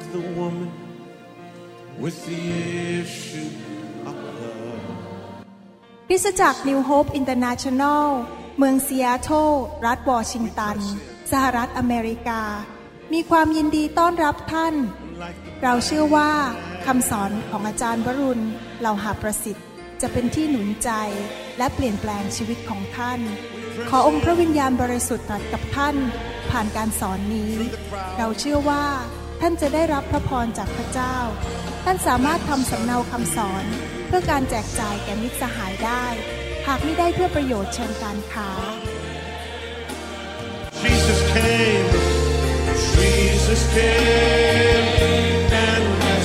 the woman with the issue of blood คริสตจักร New Hope International เมืองซีแอตเทิลรัฐวอชิงตันสหรัฐอเมริกามีความยินดีต้อนรับท่านเราเชื่อว่าคำสอนของอาจารย์วรุณเหล่าหาประสิทธิ์จะเป็นที่หนุนใจและเปลี่ยนแปลงชีวิตของท่านขอองค์พระวิญญาณบริสุทธิ์ตรัสกับท่านผ่านการสอนนี้เราเชื่อว่าท่านจะได้รับพระพรจากพระเจ้าท่านสามารถทำสำเนาคำสอนเพื่อการแจกจ่ายแก่มิตรสหายได้หากไม่ได้เพื่อประโยชน์เชิงการค้า Jesus came and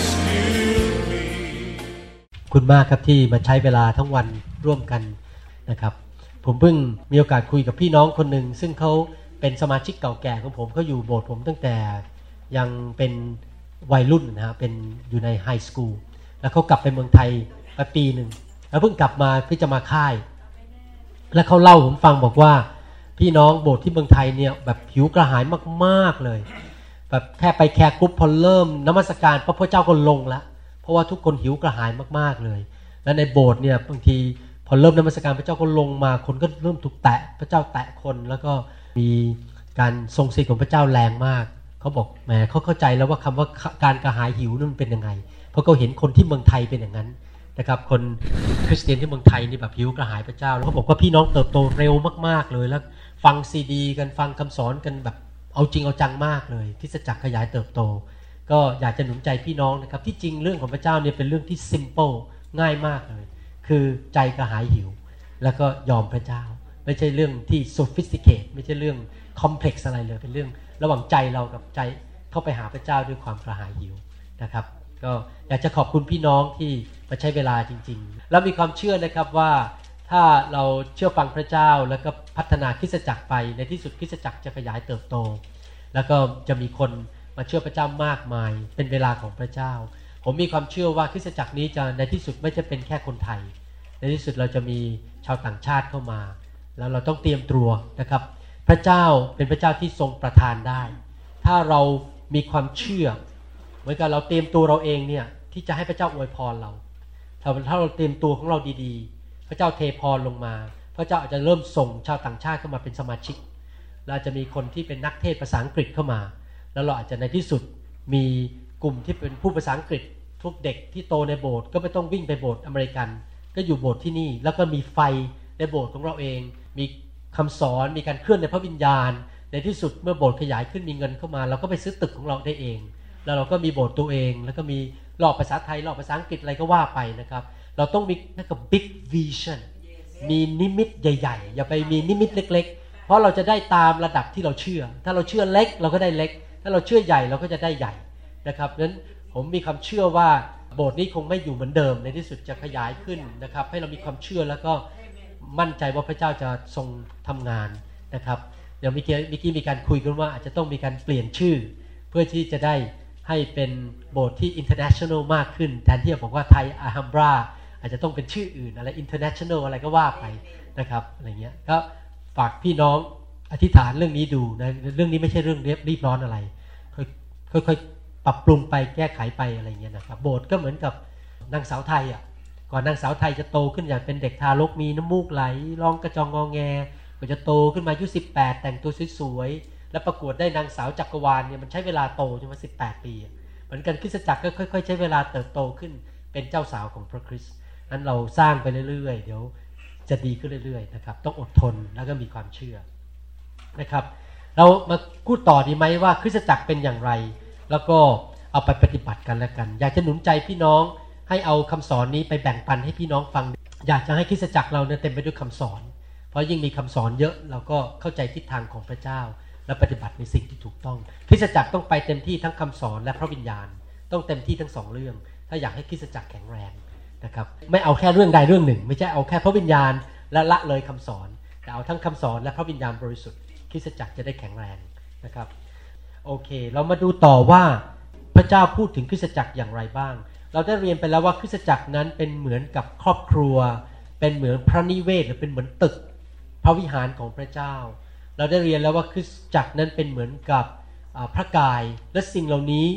rescued me คุณมากครับที่มาใช้เวลาทั้งวันร่วมกันนะครับผมเพิ่งมีโอกาสคุยกับพี่น้องคนหนึ่งซึ่งเขาเป็นสมาชิกเก่าแก่ของผมเขาอยู่โบสถ์ผมตั้งแต่ยังเป็นวัยรุ่นนะฮะเป็นอยู่ในไฮสคูลแล้วเขากลับไปเมืองไทยมาปีหนึ่งแล้วเพิ่งกลับมาเพื่อจะมาค่ายแล้วเขาเล่าผมฟังบอกว่าพี่น้องโบสถ์ที่เมืองไทยเนี่ยแบบหิวกระหายมากๆเลยแบบแค่ไปแคร์กรุ๊ปพอเริ่มนมัสการพระเจ้าก็ลงแล้วเพราะว่าทุกคนหิวกระหายมากๆเลยและในโบสถ์เนี่ยบางทีพอเริ่มนมัสการพระเจ้าก็ลงมาคนก็เริ่มถูกแตะพระเจ้าแตะคนแล้วก็มีการทรงสิทธิ์ของพระเจ้าแรงมากเขาบอกแหมเขาเข้าใจแล้วว่าคำว่าการกระหายหิวนั่นเป็นยังไงเพราะเขาเห็นคนที่เมืองไทยเป็นอย่างนั้นนะครับคนคริสเตียนที่เมืองไทยนี่แบบหิวกระหายพระเจ้าแล้วเขาบอกว่าพี่น้องเติบโตเร็วมากๆเลยแล้วฟังซีดีกันฟังคำสอนกันแบบเอาจริงเอาจังมากเลยคริสตจักรขยายเติบโตก็อยากจะหนุนใจพี่น้องนะครับที่จริงเรื่องของพระเจ้าเนี่ยเป็นเรื่องที่ simple ง่ายมากเลยคือใจกระหายหิวแล้วก็ยอมพระเจ้าไม่ใช่เรื่องที่ sophisticate ไม่ใช่เรื่อง complex อะไรเลยเป็นเรื่องระหว่างใจเรากับใจเข้าไปหาพระเจ้าด้วยความกระหายหิวนะครับก็อยากจะขอบคุณพี่น้องที่มาใช้เวลาจริงๆแล้วมีความเชื่อนะครับว่าถ้าเราเชื่อฟังพระเจ้าแล้วก็พัฒนาคริสตจักรไปในที่สุดคริสตจักรจะขยายเติบโตแล้วก็จะมีคนมาเชื่อพระเจ้ามากมายเป็นเวลาของพระเจ้าผมมีความเชื่อว่าคริสตจักรนี้จะในที่สุดไม่ใช่เป็นแค่คนไทยในที่สุดเราจะมีชาวต่างชาติเข้ามาแล้วเราต้องเตรียมตัวนะครับพระเจ้าเป็นพระเจ้าที่ทรงประทานได้ถ้าเรามีความเชื่อเหมือนกับเราเตรียมตัวเราเองเนี่ยที่จะให้พระเจ้าอวยพรเราถ้าเราเตรียมตัวของเราดีๆพระเจ้าเทพรลงมาพระเจ้าอาจจะเริ่มส่งชาวต่างชาติเข้ามาเป็นสมาชิกเราจะมีคนที่เป็นนักเทศภาษาอังกฤษเข้ามาแล้วเราอาจจะในที่สุดมีกลุ่มที่เป็นผู้ภาษาอังกฤษทุกเด็กที่โตในโบสถ์ก็ไม่ต้องวิ่งไปโบสถ์อเมริกันก็อยู่โบสถ์ที่นี่แล้วก็มีไฟในโบสถ์ของเราเองมีคำสอนมีการเคลื่อนในพระวิญญาณในที่สุดเมื่อโบสถ์ขยายขึ้นมีเงินเข้ามาเราก็ไปซื้อตึกของเราได้เองแล้วเราก็มีโบสถ์ตัวเองแล้วก็มีรอบภาษาไทยรอบภาษาอังกฤษอะไรก็ว่าไปนะครับเราต้องมีนั่นก็ big vision มีนิมิตใหญ่ๆอย่าไปมีนิมิตเล็กๆเพราะเราจะได้ตามระดับที่เราเชื่อถ้าเราเชื่อเล็กเราก็ได้เล็กถ้าเราเชื่อใหญ่เราก็จะได้ใหญ่นะครับนั้นผมมีความเชื่อว่าโบสถ์นี้คงไม่อยู่เหมือนเดิมในที่สุดจะขยายขึ้นนะครับให้เรามีความเชื่อแล้วก็มั่นใจว่าพระเจ้าจะทรงทำงานนะครับเดี๋ยวเมื่อกี้มีการคุยกันว่าอาจจะต้องมีการเปลี่ยนชื่อเพื่อที่จะได้ให้เป็นโบสถ์ที่ international มากขึ้นแทนที่จะบอกว่าไทยอาฮัมบราอาจจะต้องเป็นชื่ออื่นอะไร international อะไรก็ว่าไปนะครับอะไรเงี้ยก็ฝากพี่น้องอธิษฐานเรื่องนี้ดูนะเรื่องนี้ไม่ใช่เรื่องรีบร้อนอะไรค่อยๆปรับปรุงไปแก้ไขไปอะไรเงี้ยนะครับโบสถ์ก็เหมือนกับนางสาวไทยอ่ะก่อนนางสาวไทยจะโตขึ้นอย่างเป็นเด็กทารกมีน้ำมูกไหลร้องกระจองงอแงก็จะโตขึ้นมาอายุ18แต่งตัวสวยๆแล้วประกวดได้นางสาวจักรวาลเนี่ยมันใช้เวลาโตจนมา18ปีเหมือนกันคริสตจักรก็ค่อยๆใช้เวลาเติบโตขึ้นเป็นเจ้าสาวของพระคริสต์นั้นเราสร้างไปเรื่อยๆเดี๋ยวจะดีขึ้นเรื่อยๆนะครับต้องอดทนแล้วก็มีความเชื่อนะครับเรามาพูดต่อดีไหมว่าคริสตจักรเป็นอย่างไรแล้วก็เอาไปปฏิบัติกันแล้วกันอยากจะหนุนใจพี่น้องให้เอาคำสอนนี้ไปแบ่งปันให้พี่น้องฟังอยากจะให้คริสตจักรเราเนี่ยเต็มไปด้วยคำสอนเพราะยิ่งมีคำสอนเยอะเราก็เข้าใจทิศทางของพระเจ้าและปฏิบัติในสิ่งที่ถูกต้องคริสตจักรต้องไปเต็มที่ทั้งคำสอนและพระวิญญาณต้องเต็มที่ทั้งสองเรื่องถ้าอยากให้คริสตจักรแข็งแรงนะครับไม่เอาแค่เรื่องใดเรื่องหนึ่งไม่ใช่เอาแค่พระวิญญาณและละเลยคำสอนแต่เอาทั้งคำสอนและพระวิญญาณบริสุทธิ์คริสตจักรจะได้แข็งแรงนะครับโอเคเรามาดูต่อว่าพระเจ้าพูดถึงคริสตจักรอย่างไรบ้างเราได้เรียนไปแล้วว่าคริสตจักรนั้นเป็นเหมือนกับครอบครัวเป็นเหมือนพระนิเวศหรือเป็นเหมือนตึกพระวิหารของพระเจ้าเราได้เรียนแล้วว่าคริสตจักรนั้นเป็นเหมือนกับพระกายและสิ่งเหล่านี้ที่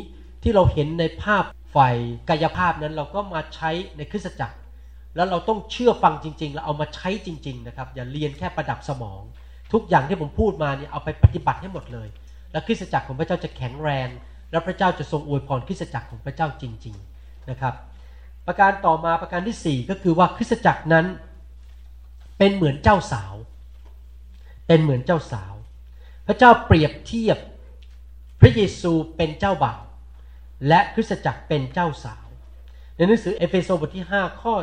ที่เราเห็นในภาพฝ่ายกายภาพนั้นเราก็มาใช้ในคริสตจักรแล้วเราต้องเชื่อฟังจริงๆแล้วเอามาใช้จริงๆนะครับอย่าเรียนแค่ประดับสมองทุกอย่างที่ผมพูดมาเนี่ยเอาไปปฏิบัติให้หมดเลยแล้วคริสตจักรของพระเจ้าจะแข็งแรงและพระเจ้าจะทรงอวยพรคริสตจักรของพระเจ้าจริงๆนะครับประการต่อมาประการที่4ก็คือว่าคริสตจักรนั้นเป็นเหมือนเจ้าสาวเป็นเหมือนเจ้าสาวพระเจ้าเปรียบเทียบพระเยซูเป็นเจ้าบ่าวและคริสตจักรเป็นเจ้าสาวในหนังสือเอเฟโซบทที่5ข้อ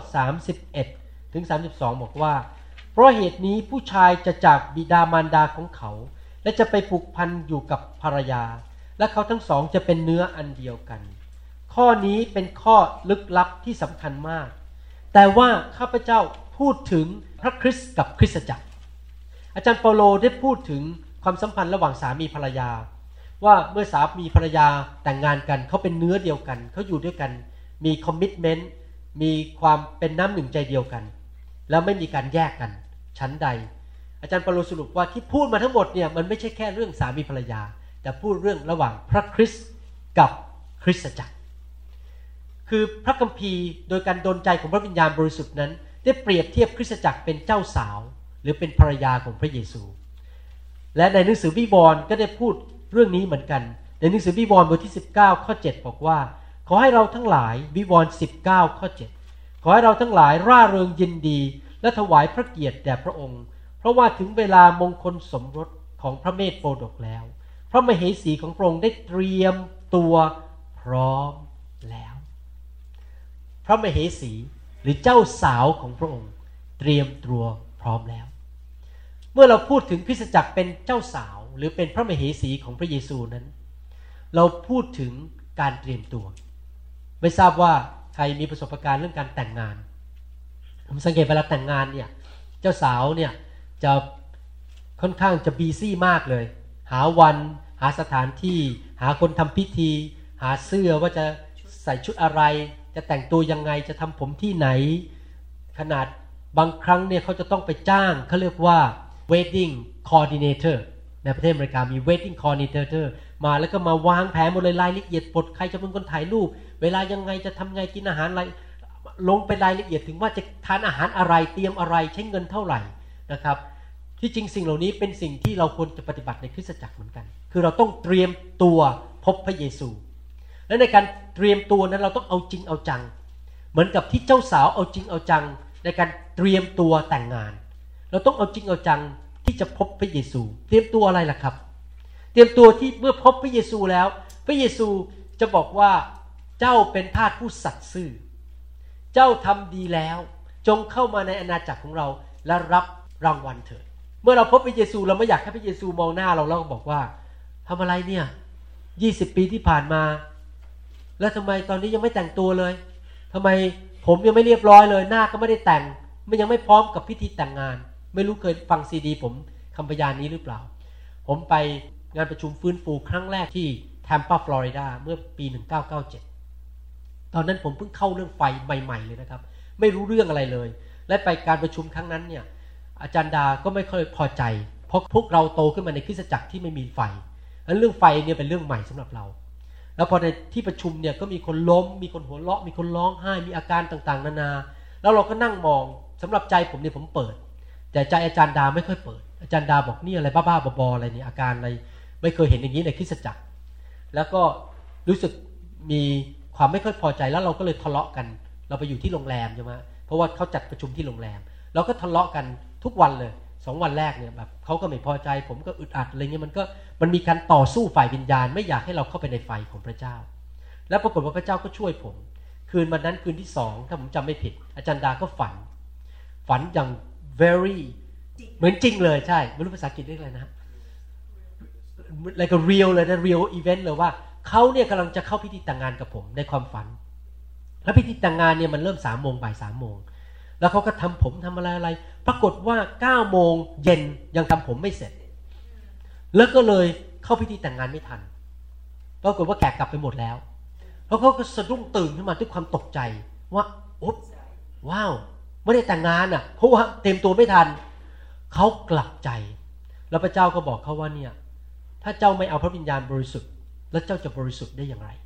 31ถึง32บอกว่าเพราะเหตุนี้ผู้ชายจะจากบิดามารดาของเขาและจะไปผูกพันอยู่กับภรรยาและเขาทั้งสองจะเป็นเนื้ออันเดียวกันข้อนี้เป็นข้อลึกลับที่สำคัญมากแต่ว่าข้าพเจ้าพูดถึงพระคริสต์กับคริสตจักรอาจารย์เปาโลได้พูดถึงความสัมพันธ์ระหว่างสามีภรรยาว่าเมื่อสามีภรรยาแต่งงานกันเขาเป็นเนื้อเดียวกันเขาอยู่ด้วยกันมีคอมมิตเมนต์มีความเป็นน้ำหนึ่งใจเดียวกันแล้วไม่มีการแยกกันชั้นใดอาจารย์เปาโลสรุปว่าที่พูดมาทั้งหมดเนี่ยมันไม่ใช่แค่เรื่องสามีภรรยาแต่พูดเรื่องระหว่างพระคริสต์กับคริสตจักรคือพระคัมภีร์โดยการดลใจของพระวิญญาณบริสุทธิ์นั้นได้เปรียบเทียบคริสตจักรเป็นเจ้าสาวหรือเป็นภรรยาของพระเยซูและในหนังสือวิวรณ์ก็ได้พูดเรื่องนี้เหมือนกันในหนังสือวิวรณ์บทที่19ข้อ7บอกว่าขอให้เราทั้งหลายวิวรณ์19ข้อ7ขอให้เราทั้งหลายร่าเริงยินดีและถวายพระเกียรติแด่พระองค์เพราะว่าถึงเวลามงคลสมรสของพระเมธโปรดกแล้วพระมเหสีของพระองค์ได้เตรียมตัวพร้อมแล้วพระมเหสีหรือเจ้าสาวของพระองค์เตรียมตัวพร้อมแล้วเมื่อเราพูดถึงคริสตจักรเป็นเจ้าสาวหรือเป็นพระมเหสีของพระเยซูนั้นเราพูดถึงการเตรียมตัวไม่ทราบว่าใครมีประสบการณ์เรื่องการแต่งงานผมสังเกตเวลาแต่งงานเนี่ยเจ้าสาวเนี่ยจะค่อนข้างจะบีซี่มากเลยหาวันหาสถานที่หาคนทำพิธีหาเสื้อว่าจะใส่ชุดอะไรจะแต่งตัวยังไงจะทำผมที่ไหนขนาดบางครั้งเนี่ยเขาจะต้องไปจ้างเขาเรียกว่า wedding coordinator ในประเทศอเมริกามี wedding coordinator มาแล้วก็มาวางแผนหมดเลยรายละเอียดบทใครจะเป็นคนถ่ายรูปเวลายังไงจะทำไงกินอาหารอะไรลงไปรายละเอียดถึงว่าจะทานอาหารอะไรเตรียมอะไรใช้เงินเท่าไหร่นะครับที่จริงสิ่งเหล่านี้เป็นสิ่งที่เราควรจะปฏิบัติในคริสตจักรเหมือนกันคือเราต้องเตรียมตัวพบพระเยซูและในการเตรียมตัวนั้นเราต้องเอาจริงเอาจังเหมือนกับที่เจ้าสาวเอาจริงเอาจังในการเตรียมตัวแต่งงานเราต้องเอาจริงเอาจังที่จะพบพระเยซูเตรียมตัวอะไรล่ะครับเตรียมตัวที่เมื่อพบพระเยซูแล้วพระเยซูจะบอกว่าเจ้าเป็นทาสผู้สัตย์ซื่อเจ้าทำดีแล้วจงเข้ามาในอาณาจักรของเราและรับรางวัลเถิดเมื่อเราพบพระเยซูเราไม่อยากให้พระเยซูมองหน้าเราแล้วก็บอกว่าทำอะไรเนี่ย20 ปีที่ผ่านมาแล้วทำไมตอนนี้ยังไม่แต่งตัวเลยทำไมผมยังไม่เรียบร้อยเลยหน้าก็ไม่ได้แต่งมันยังไม่พร้อมกับพิธีแต่งงานไม่รู้เคยฟังซีดีผมคำพยานนี้หรือเปล่าผมไปงานประชุมฟื้นฟูครั้งแรกที่แทมปาฟลอริดาเมื่อปี1997ตอนนั้นผมเพิ่งเข้าเรื่องไฟใหม่ๆเลยนะครับไม่รู้เรื่องอะไรเลยและไปการประชุมครั้งนั้นเนี่ยอาจารย์ดาก็ไม่ค่อยพอใจเพราะพวกเราโตขึ้นมาในคริสตจักรที่ไม่มีไฟเรื่องไฟเนี่ยเป็นเรื่องใหม่สำหรับเราแล้วพอในที่ประชุมเนี่ยก็มีคนล้มมีคนหัวเราะมีคนร้องไห้มีอาการต่างๆนานาแล้วเราก็นั่งมองสำหรับใจผมเนี่ยผมเปิดแต่ใจอาจารย์ดาไม่ค่อยเปิดอาจารย์ดาบอกนี่อะไรบ้าๆบอๆอะไรนี่อาการอะไรไม่เคยเห็นอย่างนี้ในคริสตจักรแล้วก็รู้สึกมีความไม่ค่อยพอใจแล้วเราก็เลยทะเลาะกันเราไปอยู่ที่โรงแรมใช่ไหมเพราะว่าเขาจัดประชุมที่โรงแรมเราก็ทะเลาะกันทุกวันเลย2 วันแรกเนี่ยแบบเขาก็ไม่พอใจผมก็อึดอัดอะไรเงี้ยมันมีการต่อสู้ฝ่ายวิญญาณไม่อยากให้เราเข้าไปในไฟของพระเจ้าแล้วปรากฏว่าพระเจ้าก็ช่วยผมคืนวันนั้นคืนที่2ถ้าผมจำไม่ผิดอาจารย์ดาก็ฝันอย่าง very เหมือนจริงเลยใช่ไม่รู้ภาษาอังกฤษเรียกอะไรนะอะไรก็ real เลยนะ real event เลยว่าเขาเนี่ยกำลังจะเข้าพิธีแต่งงานกับผมในความฝันแล้วพิธีแต่งงานเนี่ยมันเริ่ม3 โมงบ่าย3 โมงแล้วเขาก็ทำผมทำอะไรปรากฏว่า9 โมงเย็นยังทำผมไม่เสร็จแล้วก็เลยเข้าพิธีแต่งงานไม่ทันปรากฏว่าแขกกลับไปหมดแล้วแล้วเขาก็สะดุ้งตื่นขึ้นมาด้วยความตกใจว่าอุ๊บว้าวไม่ได้แต่งงานอ่ะเพราะว่าเตรียมตัวไม่ทันเขากลับใจแล้วพระเจ้าก็บอกเขาว่าเนี่ยถ้าเจ้าไม่เอาพระวิญญาณบริสุทธิ์แล้วเจ้าจะบริสุทธิ์ได้อย่างไร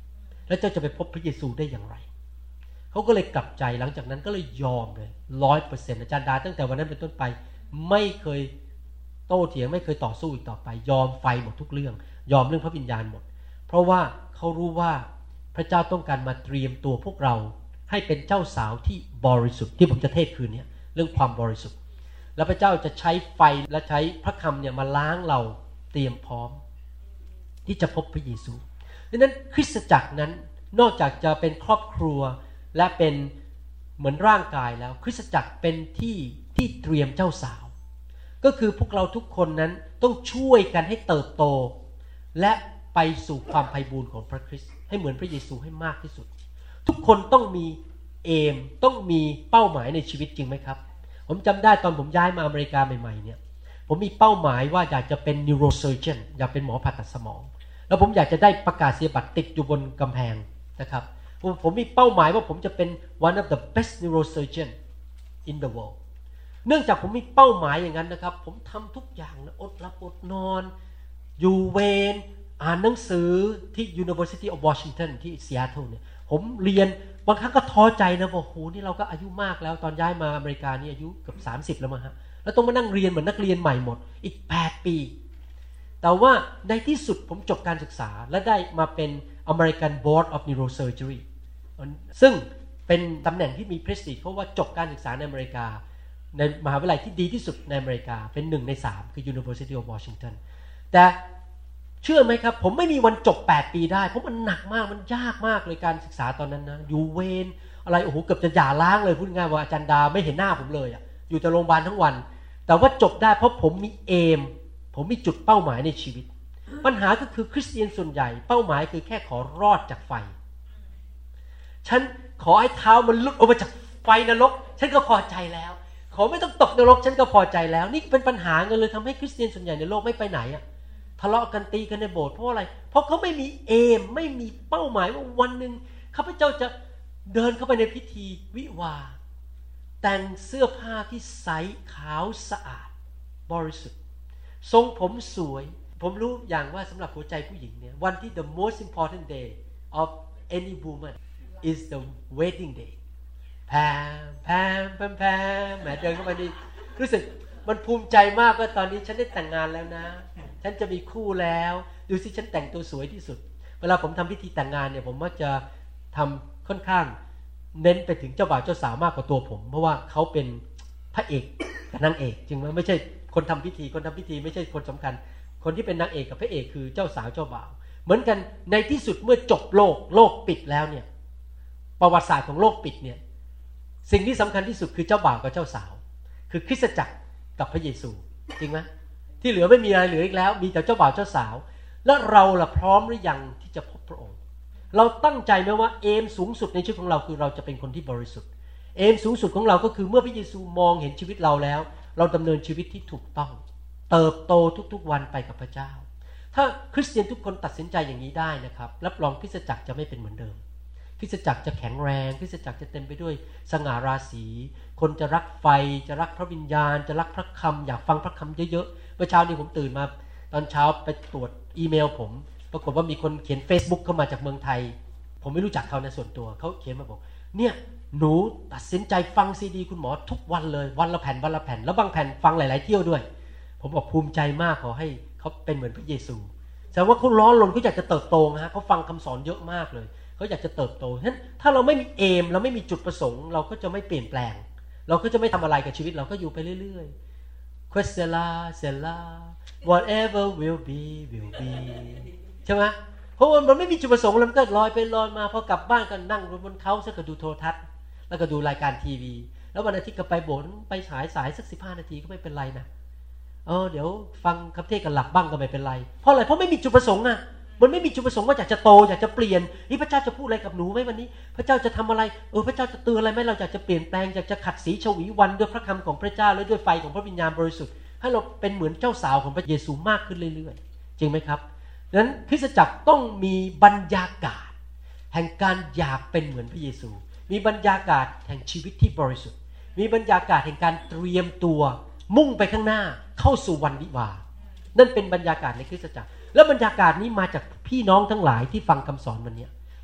แล้วเจ้าจะไปพบพระเยซูได้อย่างไรเขาก็เลยกลับใจหลังจากนั้นก็เลยยอมเลย 100% อาจารย์ดาตั้งแต่วันนั้นเป็นต้นไปไม่เคยโต้เถียงไม่เคยต่อสู้อีกต่อไปยอมไฟหมดทุกเรื่องยอมเรื่องพระวิญญาณหมดเพราะว่าเขารู้ว่าพระเจ้าต้องการมาเตรียมตัวพวกเราให้เป็นเจ้าสาวที่บริสุทธิ์ที่ผมจะเทศคืนนี้เรื่องความบริสุทธิ์แล้วพระเจ้าจะใช้ไฟและใช้พระคำเนี่ยมาล้างเราเตรียมพร้อมที่จะพบพระเยซูดังนั้นคริสตจักรนั้นนอกจากจะเป็นครอบครัวและเป็นเหมือนร่างกายแล้วคริสตจักรเป็นที่เตรียมเจ้าสาวก็คือพวกเราทุกคนนั้นต้องช่วยกันให้เติบโตและไปสู่ความไพบูลย์ของพระคริสต์ให้เหมือนพระเยซูให้มากที่สุดทุกคนต้องมีเอมต้องมีเป้าหมายในชีวิตจริงไหมครับผมจำได้ตอนผมย้ายมาอเมริกาใหม่ๆเนี่ยผมมีเป้าหมายว่าอยากจะเป็น neurosurgeon อยากเป็นหมอผ่าตัดสมองแล้วผมอยากจะได้ประกาศนียบัตรติดอยู่บนกำแพงนะครับผมมีเป้าหมายว่าผมจะเป็น one of the best neurosurgeon in the world เนื่องจากผมมีเป้าหมายอย่างนั้นนะครับผมทำทุกอย่างนะอดหลับอดนอนอยู่เวรอ่านหนังสือที่ University of Washington ที่ซีแอตเทิลเนี่ยผมเรียนบางครั้งก็ท้อใจนะบอกโหนี่เราก็อายุมากแล้วตอนย้ายมาอเมริกานี่อายุเกือบ30แล้วมั้งฮะแล้วต้องมานั่งเรียนเหมือนนักเรียนใหม่หมดอีก8ปีแต่ว่าในที่สุดผมจบการศึกษาและได้มาเป็น American Board of Neurosurgery ซึ่งเป็นตำแหน่งที่มี prestige เพราะว่าจบการศึกษาในอเมริกาในมหาวิทยาลัยที่ดีที่สุดในอเมริกาเป็น1ใน3คือ University of Washington แต่เชื่อไหมครับผมไม่มีวันจบ8ปีได้เพราะมันหนักมากมันยากมากเลยการศึกษาตอนนั้นนะอยู่เวรอะไรโอ้โหเกือบจะหย่าร้างเลยพูดง่ายว่าอาจารย์ดาไม่เห็นหน้าผมเลยอ่ะอยู่แต่โรงพยาบาลทั้งวันแต่ว่าจบได้เพราะผมมีเอมผมมีจุดเป้าหมายในชีวิตปัญหาก็คือคริสเตียนส่วนใหญ่เป้าหมายคือแค่ขอรอดจากไฟฉันขอให้เท้ามันหลุดออกมาจากไฟนรกฉันก็พอใจแล้วขอไม่ต้องตกนรกฉันก็พอใจแล้วนี่เป็นปัญหากันเลยทำให้คริสเตียนส่วนใหญ่ในโลกไม่ไปไหนอ่ะทะเลาะกันตีกันในโบสถ์เพราะอะไรเพราะเขาไม่มีเอมไม่มีเป้าหมายว่าวันนึงข้าพเจ้าจะเดินเข้าไปในพิธีวิวาห์แต่งเสื้อผ้าที่ใสขาวสะอาดบริสุทธิ์ทรงผมสวยผมรู้อย่างว่าสำหรับหัวใจผู้หญิงเนี่ยวันที่ the most important day of any woman is the wedding day แพมแหมเดินเข้าไปนี่รู้สึกมันภูมิใจมากว่าตอนนี้ฉันได้แต่งงานแล้วนะฉันจะมีคู่แล้วดูสิฉันแต่งตัวสวยที่สุดเวลาผมทำพิธีแต่งงานเนี่ยผมมักจะทำค่อนข้างเน้นไปถึงเจ้าบ่าวเจ้าสาวมากกว่าตัวผมเพราะว่าเขาเป็นพระเอกกับนางเอกจริงไหมไม่ใช่คนทำพิธีไม่ใช่คนสำคัญคนที่เป็นนางเอกกับพระเอกคือเจ้าสาวเจ้าบ่าวเหมือนกันในที่สุดเมื่อจบโลกปิดแล้วเนี่ยประวัติศาสตร์ของโลกปิดเนี่ยสิ่งที่สำคัญที่สุดคือเจ้าบ่าวกับเจ้าสาวคือคริสตจักรกับพระเยซูจริงไหมที่เหลือไม่มีอะไรเหลืออีกแล้วมีแต่เจ้าบ่าวเจ้าสาวแล้วเราล่ะพร้อมหรือยังที่จะพบพระองค์เราตั้งใจไหมว่าเอมสูงสุดในชีวิตของเราคือเราจะเป็นคนที่บริสุทธิ์เอมสูงสุดของเราก็คือเมื่อพระเยซูมองเห็นชีวิตเราแล้วเราดำเนินชีวิตที่ถูกต้องเติบโตทุกๆวันไปกับพระเจ้าถ้าคริสเตียนทุกคนตัดสินใจอย่างนี้ได้นะครับรับรองคริสตจักรจะไม่เป็นเหมือนเดิมคริสตจักรจะแข็งแรงคริสตจักรจะเต็มไปด้วยสง่าราศีคนจะรักไฟจะรักพระวิญญาณจะรักพระคำอยากฟังพระคำเยอะๆเมื่อเช้านี้ผมตื่นมาตอนเช้าไปตรวจอีเมลผมปรากฏว่ามีคนเขียน Facebook เข้ามาจากเมืองไทยผมไม่รู้จักเขาในส่วนตัวเขาเขียนมาบอกเนี่ยหนูตัดสินใจฟังซีดีคุณหมอทุกวันเลยวันละแผ่นแล้วบางแผ่นฟังหลายๆเที่ยวด้วยผมบอกภูมิใจมากขอให้เขาเป็นเหมือนพระเยซูแสดงว่าเขาร้อนรนเขาอยากจะเติบโตนะฮะเขาฟังคำสอนเยอะมากเลยเขาอยากจะเติบโตฉะนั้นถ้าเราไม่มีเอมเราไม่มีจุดประสงค์เราก็จะไม่เปลี่ยนแปลงเราก็จะไม่ทำอะไรกับชีวิตเราก็อยู่ไปเรื่อยๆ Questella Sella whatever will be ใช่ไหมเพราะว่ามันไม่มีจุดประสงค์แล้วมันก็ลอยไปลอยมาพอกลับบ้านก็นั่งบนเขาสักก็ดูโทรทัศน์แล้วก็ดูรายการทีวีแล้ววันอาทิตย์ก็ไปโบสถ์ไปสายสัก15 นาทีก็ไม่เป็นไรนะเดี๋ยวฟังคำเทศน์กันหลับบ้างก็ไม่เป็นไรเพราะอะไรเพราะไม่มีจุดประสงค์นะมันไม่มีจุดประสงค์ว่าอยากจะโตอยากจะเปลี่ยนพระเจ้าจะพูดอะไรกับหนูไหมวันนี้พระเจ้าจะทำอะไรพระเจ้าจะเตือนอะไรไหมเราอยากจะเปลี่ยนแปลงอยากจะขัดสีชวีวันด้วยพระคำของพระเจ้าและด้วยไฟของพระวิญญาณบริสุทธิ์ให้เราเป็นเหมือนเจ้าสาวของพระเยซูมากขึ้นเรื่อยๆจริงไหมครับดังนั้นคริสตจักรต้องมีบรรยากาศแห่งการอยากเป็นเหมือนพระเยซูมีบรรยากาศแห่งชีวิตที่บริสุทธิ์มีบรรยากาศแห่งการเตรียมตัวมุ่งไปข้างหน้าเข้าสู่วันวิวาห์นั่นเป็นบรรยากาศในคริสตจักรและบรรยากาศนี้มาจากพี่น้องทั้งหลายที่ฟังคำสอนวันนี้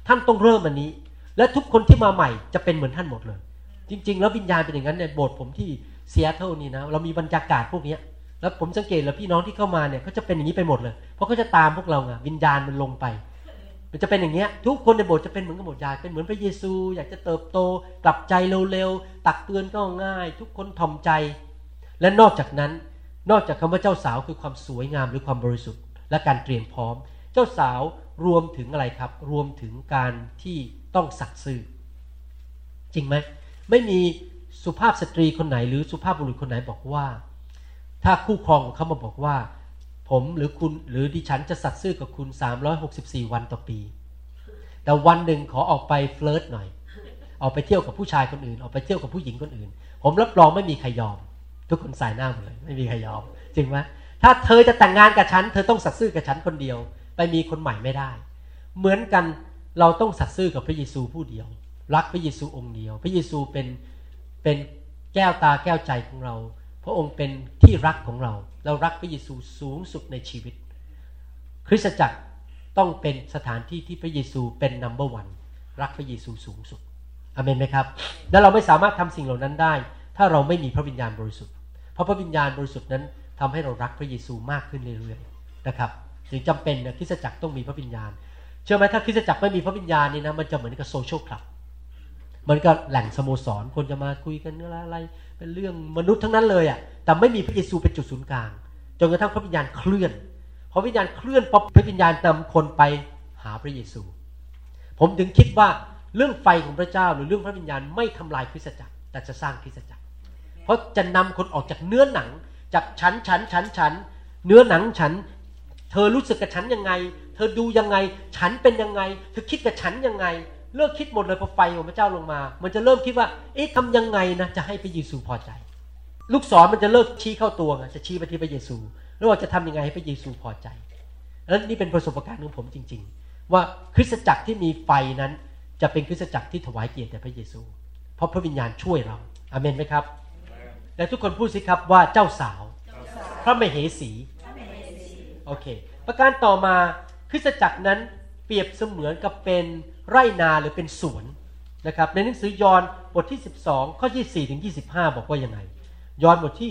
ท่านต้องเริ่มอันนี้และทุกคนที่มาใหม่จะเป็นเหมือนท่านหมดเลยจริงๆแล้ววิญญาณเป็นอย่างนั้นในโบสถ์ผมที่ซีแอตเทิลนี่นะเรามีบรรยากาศพวกนี้แล้วผมสังเกตแล้วพี่น้องที่เข้ามาเนี่ยเขาจะเป็นอย่างนี้ไปหมดเลยเพราะเขาจะตามพวกเราไงวิญญาณมันลงไปมันจะเป็นอย่างเงี้ยทุกคนในโบสถ์จะเป็นเหมือนกับหมดอยากเป็นเหมือนพระเยซูอยากจะเติบโตกลับใจเร็วๆตักเตือนก็ง่ายทุกคนถ่อมใจและนอกจากนั้นนอกจากคำว่าเจ้าสาวคือความสวยงามหรือความบริสุทธิ์และการเตรียมพร้อมเจ้าสาวรวมถึงอะไรครับรวมถึงการที่ต้องสัตย์ซื่อจริงไหมไม่มีสุภาพสตรีคนไหนหรือสุภาพบุรุษคนไหนบอกว่าถ้าคู่ครองของเขามาบอกว่าผมหรือคุณหรือดิฉันจะสัตย์ซื่อกับคุณ364วันต่อปีแต่วันหนึ่งขอออกไปเฟลิร์ตหน่อยออกไปเที่ยวกับผู้ชายคนอื่นออกไปเที่ยวกับผู้หญิงคนอื่นผมรับรองไม่มีใครยอมทุกคนสายหน้าหมดเลยไม่มีใครยอมจริงไหมถ้าเธอจะแต่งงานกับฉันเธอต้องสัตย์ซื่อกับฉันคนเดียวไปมีคนใหม่ไม่ได้เหมือนกันเราต้องสัตย์ซื่อกับพระเยซูผู้เดียวรักพระเยซูองค์เดียวพระเยซูเป็นแก้วตาแก้วใจของเราพระองค์เป็นที่รักของเราเรารักพระเยซูสูงสุดในชีวิตคริสตจักรต้องเป็นสถานที่ที่พระเยซูเป็น number one รักพระเยซูสูงสุดอาเมนไหมครับและเราไม่สามารถทำสิ่งเหล่านั้นได้ถ้าเราไม่มีพระวิญญาณบริสุทธิ์เพราะพระวิญญาณบริสุทธิ์นั้นทำให้เรารักพระเยซูมากขึ้นเรื่อยๆนะครับจึงจำเป็นนะคริสตจักรต้องมีพระวิญญาณเชื่อไหมถ้าคริสตจักรไม่มีพระวิญญาณนี่นะมันจะเหมือนกับโซเชียลคลับมันก็แหล่งสโมสรคนจะมาคุยกันอะไรเป็นเรื่องมนุษย์ทั้งนั้นเลยอ่ะแต่ไม่มีพระเยซูเป็นจุดศูนย์กลางจนกระทั่งพระวิญญาณเคลื่อนพอวิญญาณเคลื่อนปั๊บพระวิญญาณนำคนไปหาพระเยซูผมถึงคิดว่าเรื่องไฟของพระเจ้าหรือเรื่องพระวิญญาณไม่ทำลายคริสตจักรแต่จะสร้างคริสตจักรเพราะจะนำคนออกจากเนื้อหนังจากฉันเนื้อหนังฉันเธอรู้สึกกับฉันยังไงเธอดูยังไงฉันเป็นยังไงเธอคิดกับฉันยังไงเลิกคิดหมดเลยพอไฟของพระเจ้าลงมามันจะเริ่มคิดว่าเอ๊ะทำยังไงนะจะให้พระเยซูพอใจลูกศรมันจะเลิกชี้เข้าตัวจะชี้ไปที่พระเยซูแล้วว่าจะทำยังไงให้พระเยซูพอใจแล้วนี่เป็นประสบการณ์ของผมจริงๆว่าคริสตจักรที่มีไฟนั้นจะเป็นคริสตจักรที่ถวายเกียรติแด่พระเยซูเพราะพระวิญญาณช่วยเราอาเมนไหมครับและทุกคนพูดสิครับว่าเจ้าสาวพระมเหสีโอเคประการต่อมาคริสตจักรนั้นเปรียบเสมือนกับเป็นไร่นาหรือเป็นสวนนะครับในหนังสือยอห์นบทที่12ข้อ24ถึง25บอกว่ายังไงยอห์นบทที่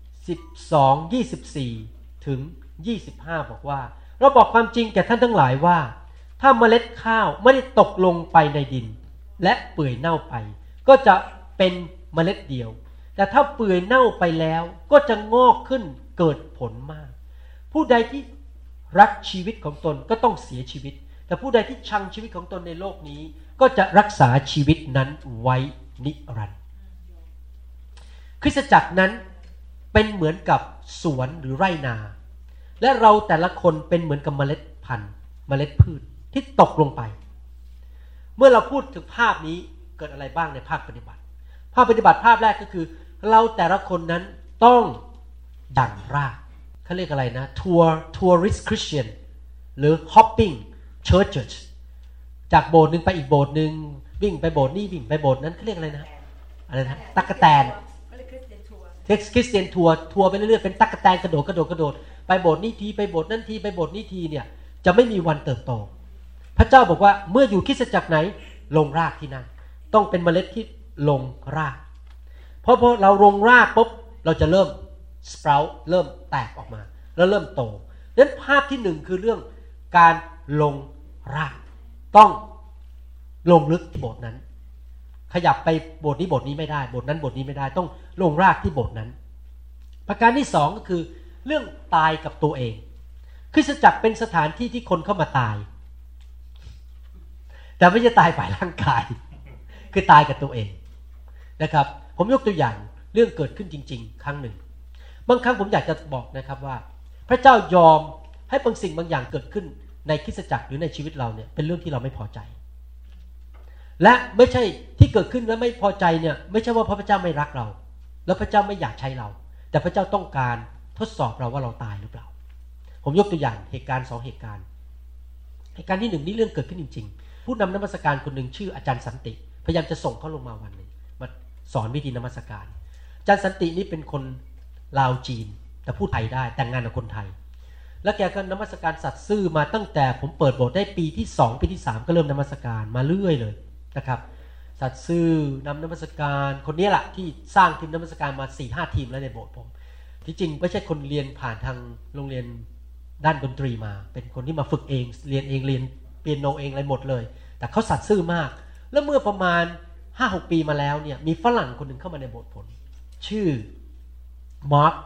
12 24ถึง25บอกว่าเราบอกความจริงแก่ท่านทั้งหลายว่าถ้าเมล็ดข้าวไม่ได้ตกลงไปในดินและเปื่อยเน่าไปก็จะเป็นเมล็ดเดียวแต่ถ้าเปื่อยเน่าไปแล้วก็จะงอกขึ้นเกิดผลมากผู้ใดที่รักชีวิตของตนก็ต้องเสียชีวิตแต่ผู้ใดที่ชังชีวิตของตนในโลกนี้ก็จะรักษาชีวิตนั้นไว้นิรันดร์คริสตจักรนั้นเป็นเหมือนกับสวนหรือไร่นาและเราแต่ละคนเป็นเหมือนกับเมล็ดพันธุ์เมล็ดพืชที่ตกลงไปเมื่อเราพูดถึงภาพนี้เกิดอะไรบ้างในภาคปฏิบัติภาคปฏิบัติภาพแรกก็คือเราแต่ละคนนั้นต้องดั่งรากเขาเรียกอะไรนะtourist Christian หรือ hopping churches จากโบสถ์นึงไปอีกโบสถ์นึงวิ่งไปโบสถ์นี้วิ่งไปโบสถ์นั้นเขาเรียกอะไรนะตั๊กแตนคริสเตียนทัวร์ไปเรื่อยๆเป็นตั๊กแตนกระโดดไปโบสถ์นี้ทีไปโบสถ์นั้นทีไปโบสถ์นี้ทีเนี่ยจะไม่มีวันเติบโตพระเจ้าบอกว่าเมื่ออยู่คริสตจักรไหนลงรากที่นั่นต้องเป็นเมล็ดที่ลงรากเพราะเราลงรากปุ๊บเราจะเริ่ม sprout เริ่มแตกออกมาแล้วเริ่มโตนั้นภาพที่1คือเรื่องการลงรากต้องลงลึกที่โบสถ์นั้นขยับไปโบสถ์นี้ไม่ได้โบสถ์นั้นโบสถ์นี้ไม่ได้ต้องลงรากที่โบสถ์นั้นประการที่2ก็คือเรื่องตายกับตัวเองคริสตจักรเป็นสถานที่ที่คนเข้ามาตายแต่ไม่ใช่ตายฝ่ายร่างกายคือตายกับตัวเองนะครับผมยกตัวอย่างเรื่องเกิดขึ้นจริงๆครั้งหนึ่งบางครั้งผมอยากจะบอกนะครับว่าพระเจ้ายอมให้บางสิ่งบางอย่างเกิดขึ้นในคริสตจักรหรือในชีวิตเราเนี่ยเป็นเรื่องที่เราไม่พอใจและไม่ใช่ที่เกิดขึ้นแล้วไม่พอใจเนี่ยไม่ใช่ว่าพระเจ้าไม่รักเราแล้วพระเจ้าไม่อยากใช้เราแต่พระเจ้าต้องการทดสอบเราว่าเราตายหรือเปล่าผมยกตัวอย่างเหตุการณ์2เหตุการณ์ที่1นี่เรื่องเกิดขึ้นจริงๆผู้นำนมัสการคนหนึ่งชื่ออาจารย์สันติพยายามจะส่งเขาลงมาวันนึงมาสอนวิธีนมัสการอาจารย์สันตินี่เป็นคนลาวจีนแต่พูดไทยได้แต่งงานกับคนไทยแล้วแกก็นมัสการสัตย์ซื่อมาตั้งแต่ผมเปิดโบสถ์ได้ปีที่2ปีที่3ก็เริ่มนมัสการมาเรื่อยเลยนะครับสัตย์ซื่อนมัสการคนนี้แหละที่สร้างทีมนมัสการมา 4-5 ทีมแล้วในโบสถ์ผมที่จริงไม่ใช่คนเรียนผ่านทางโรงเรียนด้านดนตรีมาเป็นคนที่มาฝึกเองเรียนเองเรียนเปียโนเองอะไรหมดเลยแต่เขาสัตย์ซื่อมากแล้วเมื่อประมาณ 5-6 ปีมาแล้วเนี่ยมีฝรั่งคนหนึ่งเข้ามาในโบสถ์ผมชื่อมาร์ค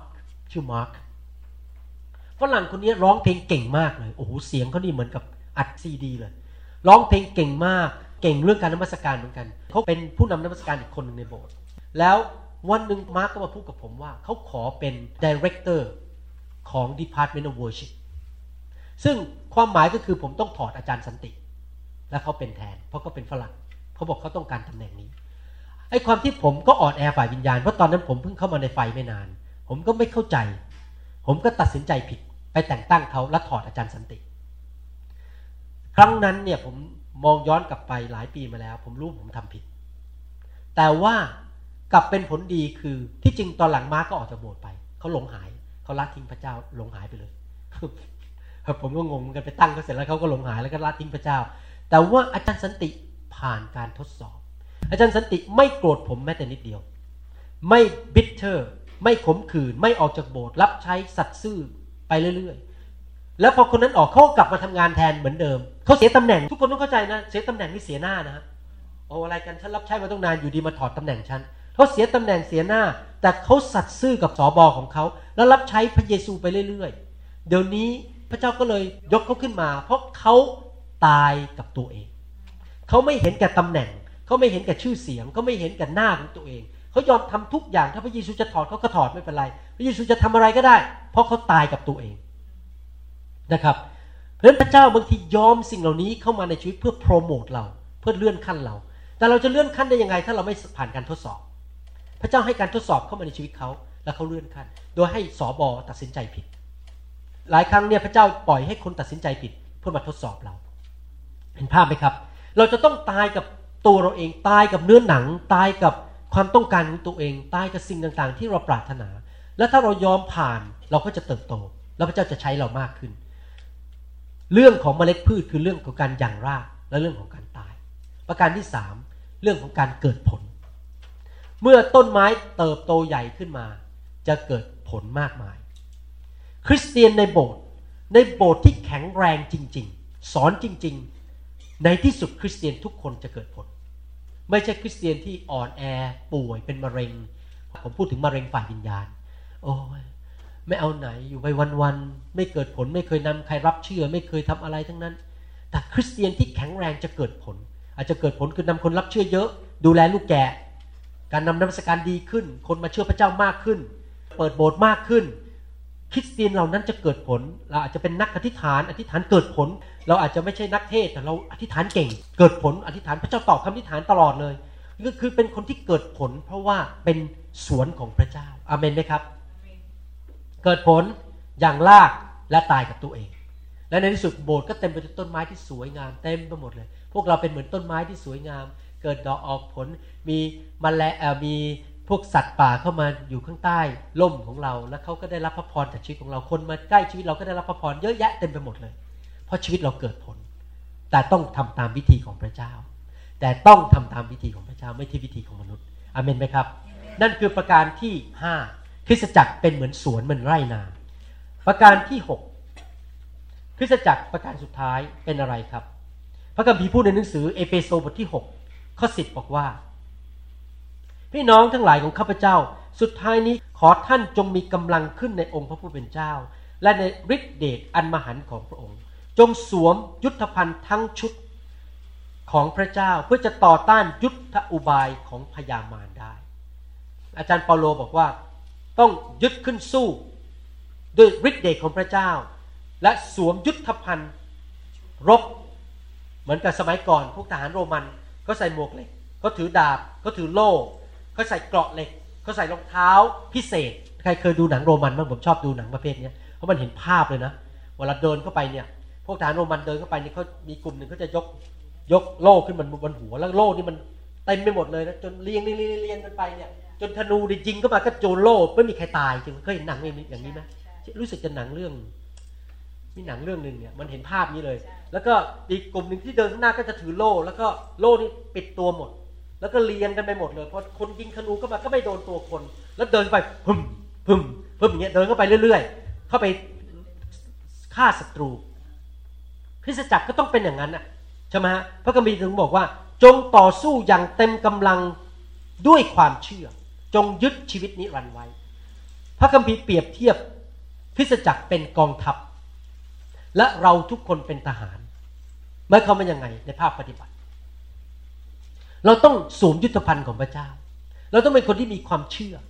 ฝรั่งคนนี้ร้องเพลงเก่งมากเลยโอ้โหเสียงเขานี่เหมือนกับอัดซีดีเลยร้องเพลงเก่งมากเก่งเรื่องการนมัสการเหมือนกันเขาเป็นผู้นำนมัสการอีกคนหนึ่งในโบสถ์แล้ววันหนึ่งมาร์คก็มาพูดกับผมว่าเขาขอเป็น Director ของ Department of Worship ซึ่งความหมายก็คือผมต้องถอดอาจารย์สันติและเขาเป็นแทนเพราะเขาเป็นฝรั่งเขาบอกเขาต้องการตำแหน่งนี้ไอ้ความที่ผมก็อ่อนแอฝ่ายวิญญาณเพราะตอนนั้นผมเพิ่งเข้ามาในไฟไม่นานผมก็ไม่เข้าใจผมก็ตัดสินใจผิดไปแต่งตั้งเขาและถอดอาจารย์สันติครั้งนั้นเนี่ยผมมองย้อนกลับไปหลายปีมาแล้วผมรู้ผมทำผิดแต่ว่ากลับเป็นผลดีคือที่จริงตอนหลังมาร์คก็ออกจากโบสถ์ไปเขาหลงหายเขาละทิ้งพระเจ้าหลงหายไปเลย ผมก็งงกันไปตั้งเขาเสร็จแล้วเขาก็หลงหายแล้วก็ละทิ้งพระเจ้าแต่ว่าอาจารย์สันติผ่านการทดสอบอาจารย์สันติไม่โกรธผมแม้แต่นิดเดียวไม่บิทเทอร์ไม่ขมขื่นไม่ออกจากโบสถ์รับใช้สัตย์ซื่อไปเรื่อยๆแล้วพอคนนั้นออกเขากลับมาทำงานแทนเหมือนเดิมเขาเสียตำแหน่งทุกคนต้องเข้าใจนะเสียตำแหน่งนี่เสียหน้านะฮะโอ้อะไรกันฉันรับใช้มาตั้งนานอยู่ดีมาถอดตำแหน่งฉันเขาเสียตำแหน่งเสียหน้าแต่เขาสัตย์ซื่อกับสบของเขาแล้วรับใช้พระเยซูไปเรื่อยๆเดี๋ยวนี้พระเจ้าก็เลยยกเขาขึ้นมาเพราะเขาตายกับตัวเองเขาไม่เห็นแก่ตำแหน่งเขาไม่เห็นแก่ชื่อเสียงเขาไม่เห็นแก่หน้าของตัวเองเขายอมทำทุกอย่างถ้าพระเยซูจะถอดเขาก็ถอดไม่เป็นไรพระเยซูจะทำอะไรก็ได้เพราะเขาตายกับตัวเองนะครับเพราะฉะนั้นพระเจ้าบางทียอมสิ่งเหล่านี้เข้ามาในชีวิตเพื่อโปรโมทเราเพื่อเลื่อนขั้นเราแต่เราจะเลื่อนขั้นได้ยังไงถ้าเราไม่ผ่านการทดสอบพระเจ้าให้การทดสอบเข้ามาในชีวิตเขาแล้วเขาเลื่อนขั้นโดยให้สบตัดสินใจผิดหลายครั้งเนี่ยพระเจ้าปล่อยให้คนตัดสินใจผิดเพื่อมาทดสอบเราเห็นภาพไหมครับเราจะต้องตายกับตัวเราเองตายกับเนื้อหนังตายกับความต้องการของตัวเองตายกับสิ่งต่างๆที่เราปรารถนาและถ้าเรายอมผ่านเราก็จะเติบโตแล้วพระเจ้าจะใช้เรามากขึ้นเรื่องของเมล็ดพืชคือเรื่องของการหยั่งรากและเรื่องของการตายประการที่3เรื่องของการเกิดผลเมื่อต้นไม้เติบโตใหญ่ขึ้นมาจะเกิดผลมากมายคริสเตียนในโบสถ์ที่แข็งแรงจริงๆสอนจริงๆในที่สุดคริสเตียนทุกคนจะเกิดผลไม่ใช่คริสเตียนที่อ่อนแอป่วยเป็นมะเร็งผมพูดถึงมะเร็งฝ่ายวิญญาณโอ้ยไม่เอาไหนอยู่ไปวันๆไม่เกิดผลไม่เคยนำใครรับเชื่อไม่เคยทำอะไรทั้งนั้นแต่คริสเตียนที่แข็งแรงจะเกิดผลอาจจะเกิดผลคือนำคนรับเชื่อเยอะดูแลลูกแกะการนำนมัสการดีขึ้นคนมาเชื่อพระเจ้ามากขึ้นเปิดโบสถ์มากขึ้นคริสเตียนเหล่านั้นจะเกิดผลเราอาจจะเป็นนักอธิษฐานเกิดผลเราอาจจะไม่ใช่นักเทศแต่เราอธิษฐานเก่งเกิดผลอธิษฐานพระเจ้าตอบคำอธิษฐานตลอดเลยก็คือเป็นคนที่เกิดผลเพราะว่าเป็นสวนของพระเจ้าอาเมนไหมครับเกิดผลอย่างรากและตายกับตัวเองและในที่สุดโบสถ์ก็เต็มไปด้วยต้นไม้ที่สวยงามเต็มไปหมดเลยพวกเราเป็นเหมือนต้นไม้ที่สวยงามเกิดดอกออกผลมีแมลงมีพวกสัตว์ป่าเข้ามาอยู่ข้างใต้ร่มของเราแล้วเขาก็ได้รับพระพรจากชีวิตของเราคนมาใกล้ชีวิตเราก็ได้รับพระพรเยอะแยะเต็มไปหมดเลยเพราะชีวิตเราเกิดผลแต่ต้องทำตามวิธีของพระเจ้าแต่ต้องทำตามวิธีของพระเจ้าไม่ใช่วิธีของมนุษย์อาเมนไหมครับนั่นคือประการที่5คริสตจักรเป็นเหมือนสวนเหมือนไร่นาประการที่6คริสตจักรประการสุดท้ายเป็นอะไรครับพระคัมภีร์พูดในหนังสือเอเฟโซบทที่6ข้อ10บอกว่าพี่น้องทั้งหลายของข้าพเจ้าสุดท้ายนี้ขอท่านจงมีกำลังขึ้นในองค์พระผู้เป็นเจ้าและในฤทธิเดชอันมหันต์ของพระองค์จงสวมยุทธภัณฑ์ทั้งชุดของพระเจ้าเพื่อจะต่อต้านยุทธอุบายของพยามารได้อาจารย์เปาโลบอกว่าต้องยึดขึ้นสู้ด้วยฤทธิเดชของพระเจ้าและสวมยุทธภัณฑ์รบเหมือนกับสมัยก่อนพวกทหารโรมันก็ใส่หมวกเหล็กก็ถือดาบก็ถือโล่เขาใส่เกราะเหล็กเขาใส่รองเท้าพิเศษใครเคยดูหนังโรมันบ้างผมชอบดูหนังประเภทนี้เพราะมันเห็นภาพเลยนะเวลาเดินเข้าไปเนี่ยพวกทหารโรมันเดินเข้าไปเนี่ยเขามีกลุ่มหนึ่งเขาจะยกโล่ขึ้นบนหัวแล้วโล่นี่มันเต็มไปหมดเลยนะจนเรียงกันไปเนี่ยจนธนูได้ยิงเข้ามาก็โจนโล่ไม่มีใครตายจริงเคยเห็นหนังอย่างนี้ไหมรู้สึกจะหนังเรื่องมีหนังเรื่องนึงเนี่ยมันเห็นภาพนี้เลยแล้วก็อีกกลุ่มนึงที่เดินข้างหน้าก็จะถือโล่แล้วก็โล่นี่ปิดตัวหมดแล้วก็เรียงกันไปหมดเลยพอคนยิงธนูเข้ามาก็ไม่โดนตัวคนแล้วเดินไปพึ่มพึ่มพึ่มอย่างเงี้ยเดินเข้าไปเรื่อยๆเข้าไปฆ่าศัตรูคริสตจักรก็ต้องเป็นอย่างนั้นน่ะใช่ไหมฮะพระคัมภีร์ถึงบอกว่าจงต่อสู้อย่างเต็มกำลังด้วยความเชื่อจงยึดชีวิตนิรันดร์ไว้พระคัมภีร์เปรียบเทียบคริสตจักรเป็นกองทัพและเราทุกคนเป็นทหารหมายความว่ายังไงในภาคปฏิบัติเราต้องสวมยุทธภัณฑ์ของพระเจ้าเราต้องเป็นคนที่มีความเชื่อ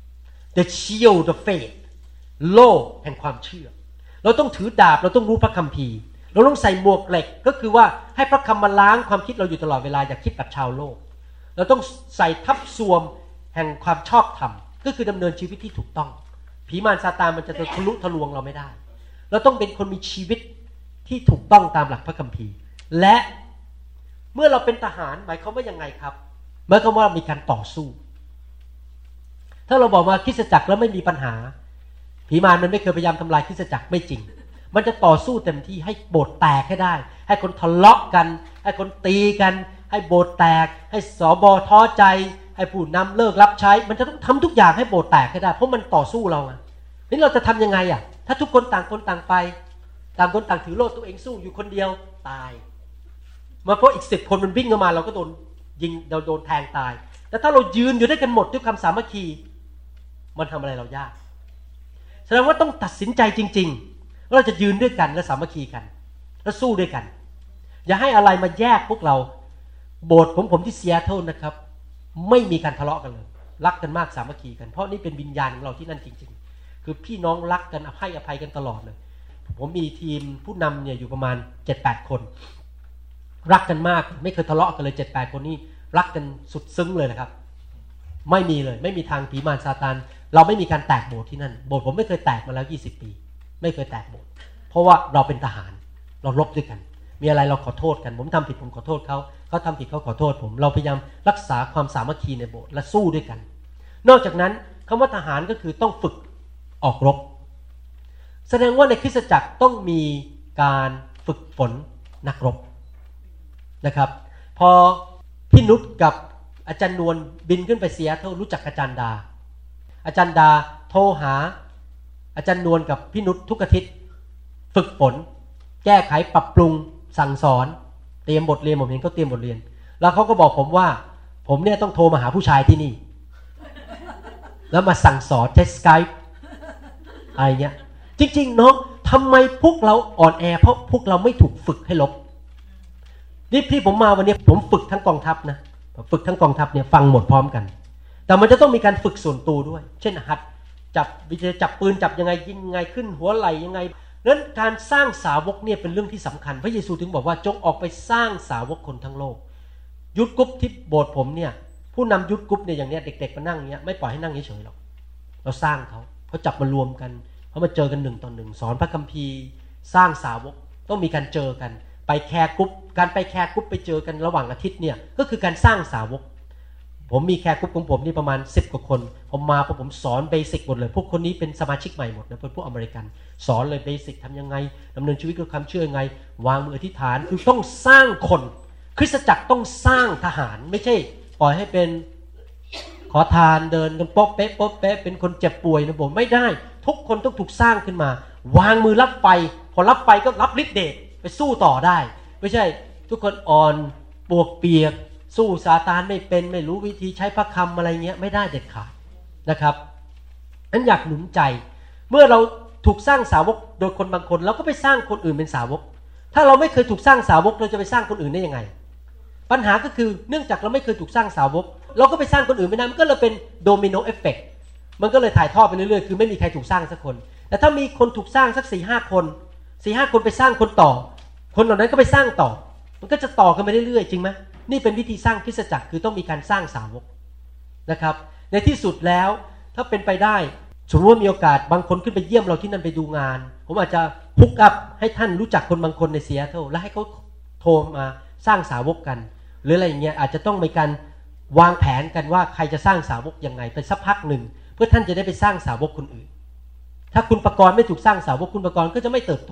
the shield of faith โล่แห่งความเชื่อเราต้องถือดาบเราต้องรู้พระคัมภีร์เราต้องใส่หมวกเหล็กก็คือว่าให้พระคำมาล้างความคิดเราอยู่ตลอดเวลาอย่าคิดแบบชาวโลกเราต้องใส่ทับซวมแห่งความชอบธรรมก็คือดำเนินชีวิตที่ถูกต้องผีมารซาตานมันจะทะลุทะลวงเราไม่ได้เราต้องเป็นคนมีชีวิตที่ถูกต้องตามหลักพระคัมภีร์และเมื่อเราเป็นทหารหมายความว่ายังไงครับหมายความว่ามีการต่อสู้ถ้าเราบอกว่าคริสตจักรแล้วไม่มีปัญหาผีมารมันไม่เคยพยายามทำลายคริสตจักรไม่จริงมันจะต่อสู้เต็มที่ให้โบสถ์แตกให้ได้ให้คนทะเลาะกันให้คนตีกันให้โบสถ์แตกให้สบท้อใจให้ผู้นำเลิกรับใช้มันจะต้องทำทุกอย่างให้โบสถ์แตกให้ได้เพราะมันต่อสู้เราอ่ะนี่เราจะทำยังไงอ่ะถ้าทุกคนต่างคนต่างไปต่างคนต่างถือโล่ตัวเองสู้อยู่คนเดียวตายมาเพราะอีก10คนมันวิ่งเข้ามาเราก็โดนยิงเราโดนแทงตายแต่ถ้าเรายืนอยู่ด้วยกันหมดด้วยความสามัคคีมันทำอะไรเรายากแสดงว่าต้องตัดสินใจจริงๆว่าเราจะยืนด้วยกันและสามัคคีกันและสู้ด้วยกันอย่าให้อะไรมาแยกพวกเราโบสถ์ของผมที่ซีแอตเทิลนะครับไม่มีการทะเลาะกันเลยรักกันมากสามัคคีกันเพราะนี่เป็นวิญญาณของเราที่นั่นจริงๆคือพี่น้องรักกันให้อภัยกันตลอดเลยผมมีทีมผู้นำเนี่ยอยู่ประมาณ 7-8 คนรักกันมากไม่เคยทะเลาะกันเลย 7-8 คนนี้รักกันสุดซึ้งเลยนะครับไม่มีเลยไม่มีทางผีมารซาตานเราไม่มีการแตกโบสถ์ที่นั่นโบสถ์ผมไม่เคยแตกมาแล้ว20 ปีไม่เคยแตกโบสถ์เพราะว่าเราเป็นทหารเรารบด้วยกันมีอะไรเราขอโทษกันผมทำผิดผมขอโทษเขาทำผิดเขาขอโทษผมเราพยายามรักษาความสามัคคีในโบสถ์และสู้ด้วยกันนอกจากนั้นคำว่าทหารก็คือต้องฝึกออกรบแสดงว่าในคริสตจักรต้องมีการฝึกฝนนักรบนะครับพอพี่นุชกับอาจารย์นวลบินขึ้นไปซีแอตเทิลรู้จักอาจารย์ดาโทรหาอาจารย์นวลกับพี่นุชทุกอาทิตย์ฝึกฝนแก้ไขปรับปรุงสั่งสอนเตรียมบทเรียนผมเห็นเขาเตรียมบทเรียนแล้วเขาก็บอกผมว่าผมเนี่ยต้องโทรมาหาผู้ชายที่นี่แล้วมาสั่งสอนใช้ Skype อะไรเงี้ยจริงๆเนาะทำไมพวกเราอ่อนแอเพราะพวกเราไม่ถูกฝึกให้ลบนี่ที่ผมมาวันนี้ผมฝึกทั้งกองทัพนะฝึกทั้งกองทัพเนี่ยฟังหมดพร้อมกันแต่มันจะต้องมีการฝึกส่วนตัวด้วยเช่นหัดจับวิธีจับปืนจับยังไงยิงยังไงขึ้นหัวไหล่ยังไงนั้นการสร้างสาวกเนี่ยเป็นเรื่องที่สำคัญพระเยซูถึงบอกว่าจงออกไปสร้างสาวกคนทั้งโลกยุทธกรุ๊ปที่โบสถ์ผมเนี่ยผู้นำยุทธกรุ๊ปเนี่ยอย่างเนี้ยเด็กๆมานั่งอย่างเงี้ยไม่ปล่อยให้นั่งเฉยๆหรอกเราสร้างเขาจับมารวมกันเขามาเจอกัน1 ต่อ 1สอนพระคัมภีร์สร้างสาวกต้องมีการเจอกันไปแคร์กรุ๊ปการไปแคร์กรุ๊ปไปเจอกันระหว่างอาทิตย์เนี่ยก็คือการสร้างสาวกผมมีแคร์กรุ๊ปของผมนี่ประมาณ10 กว่าคนผมมาผมสอนเบสิกหมดเลยพวกคนนี้เป็นสมาชิกใหม่หมดนะเป็นพวกอเมริกันสอนเลยเบสิกทำยังไงดำเนินชีวิตด้วยความเชื่อยังไงวางมืออธิษฐานคือต้องสร้างคนคริสตจักรต้องสร้างทหารไม่ใช่ปล่อยให้เป็นขอทานเดินกันโป๊ะเป๊ะโป๊ะเป๊ะเป็นคนเจ็บป่วยนะผมไม่ได้ทุกคนต้องถูกสร้างขึ้นมาวางมือรับไฟพอรับไฟก็รับฤทธิ์เดชไปสู้ต่อได้ไม่ใช่ทุกคนอ่อนปวกเปียกสู้ซาตานไม่เป็นไม่รู้วิธีใช้พระคำอะไรเงี้ยไม่ได้เด็ดขาดนะครับนั้นอยากหนุนใจเมื่อเราถูกสร้างสาวกโดยคนบางคนเราก็ไปสร้างคนอื่นเป็นสาวกถ้าเราไม่เคยถูกสร้างสาวกเราจะไปสร้างคนอื่นได้ยังไงปัญหาก็คือเนื่องจากเราไม่เคยถูกสร้างสาวกเราก็ไปสร้างคนอื่นไม่ได้มันก็เลยเป็นโดมิโนเอฟเฟกต์มันก็เลยถ่ายทอดไปเรื่อยๆคือไม่มีใครถูกสร้างสักคนแต่ถ้ามีคนถูกสร้างสัก 4-5 คน 4-5 คนไปสร้างคนต่อคนเหล่านั้นก็ไปสร้างต่อมันก็จะต่อกันไปเรื่อยๆจริงไหมนี่เป็นวิธีสร้างคริสตจักรคือต้องมีการสร้างสาวกนะครับในที่สุดแล้วถ้าเป็นไปได้สมมติว่ามีโอกาสบางคนขึ้นไปเยี่ยมเราที่นั่นไปดูงานผมอาจจะฮุกอัพให้ท่านรู้จักคนบางคนในซีแอตเทิลและให้เขาโทรมาสร้างสาวกกันหรืออะไรอย่างเงี้ยอาจจะต้องมีการวางแผนกันว่าใครจะสร้างสาวกยังไงเป็นสักพักหนึ่งเพื่อท่านจะได้ไปสร้างสาวกคนอื่นถ้าคุณประกรณ์ไม่ถูกสร้างสาวกคุณประกรณ์ก็จะไม่เติบโต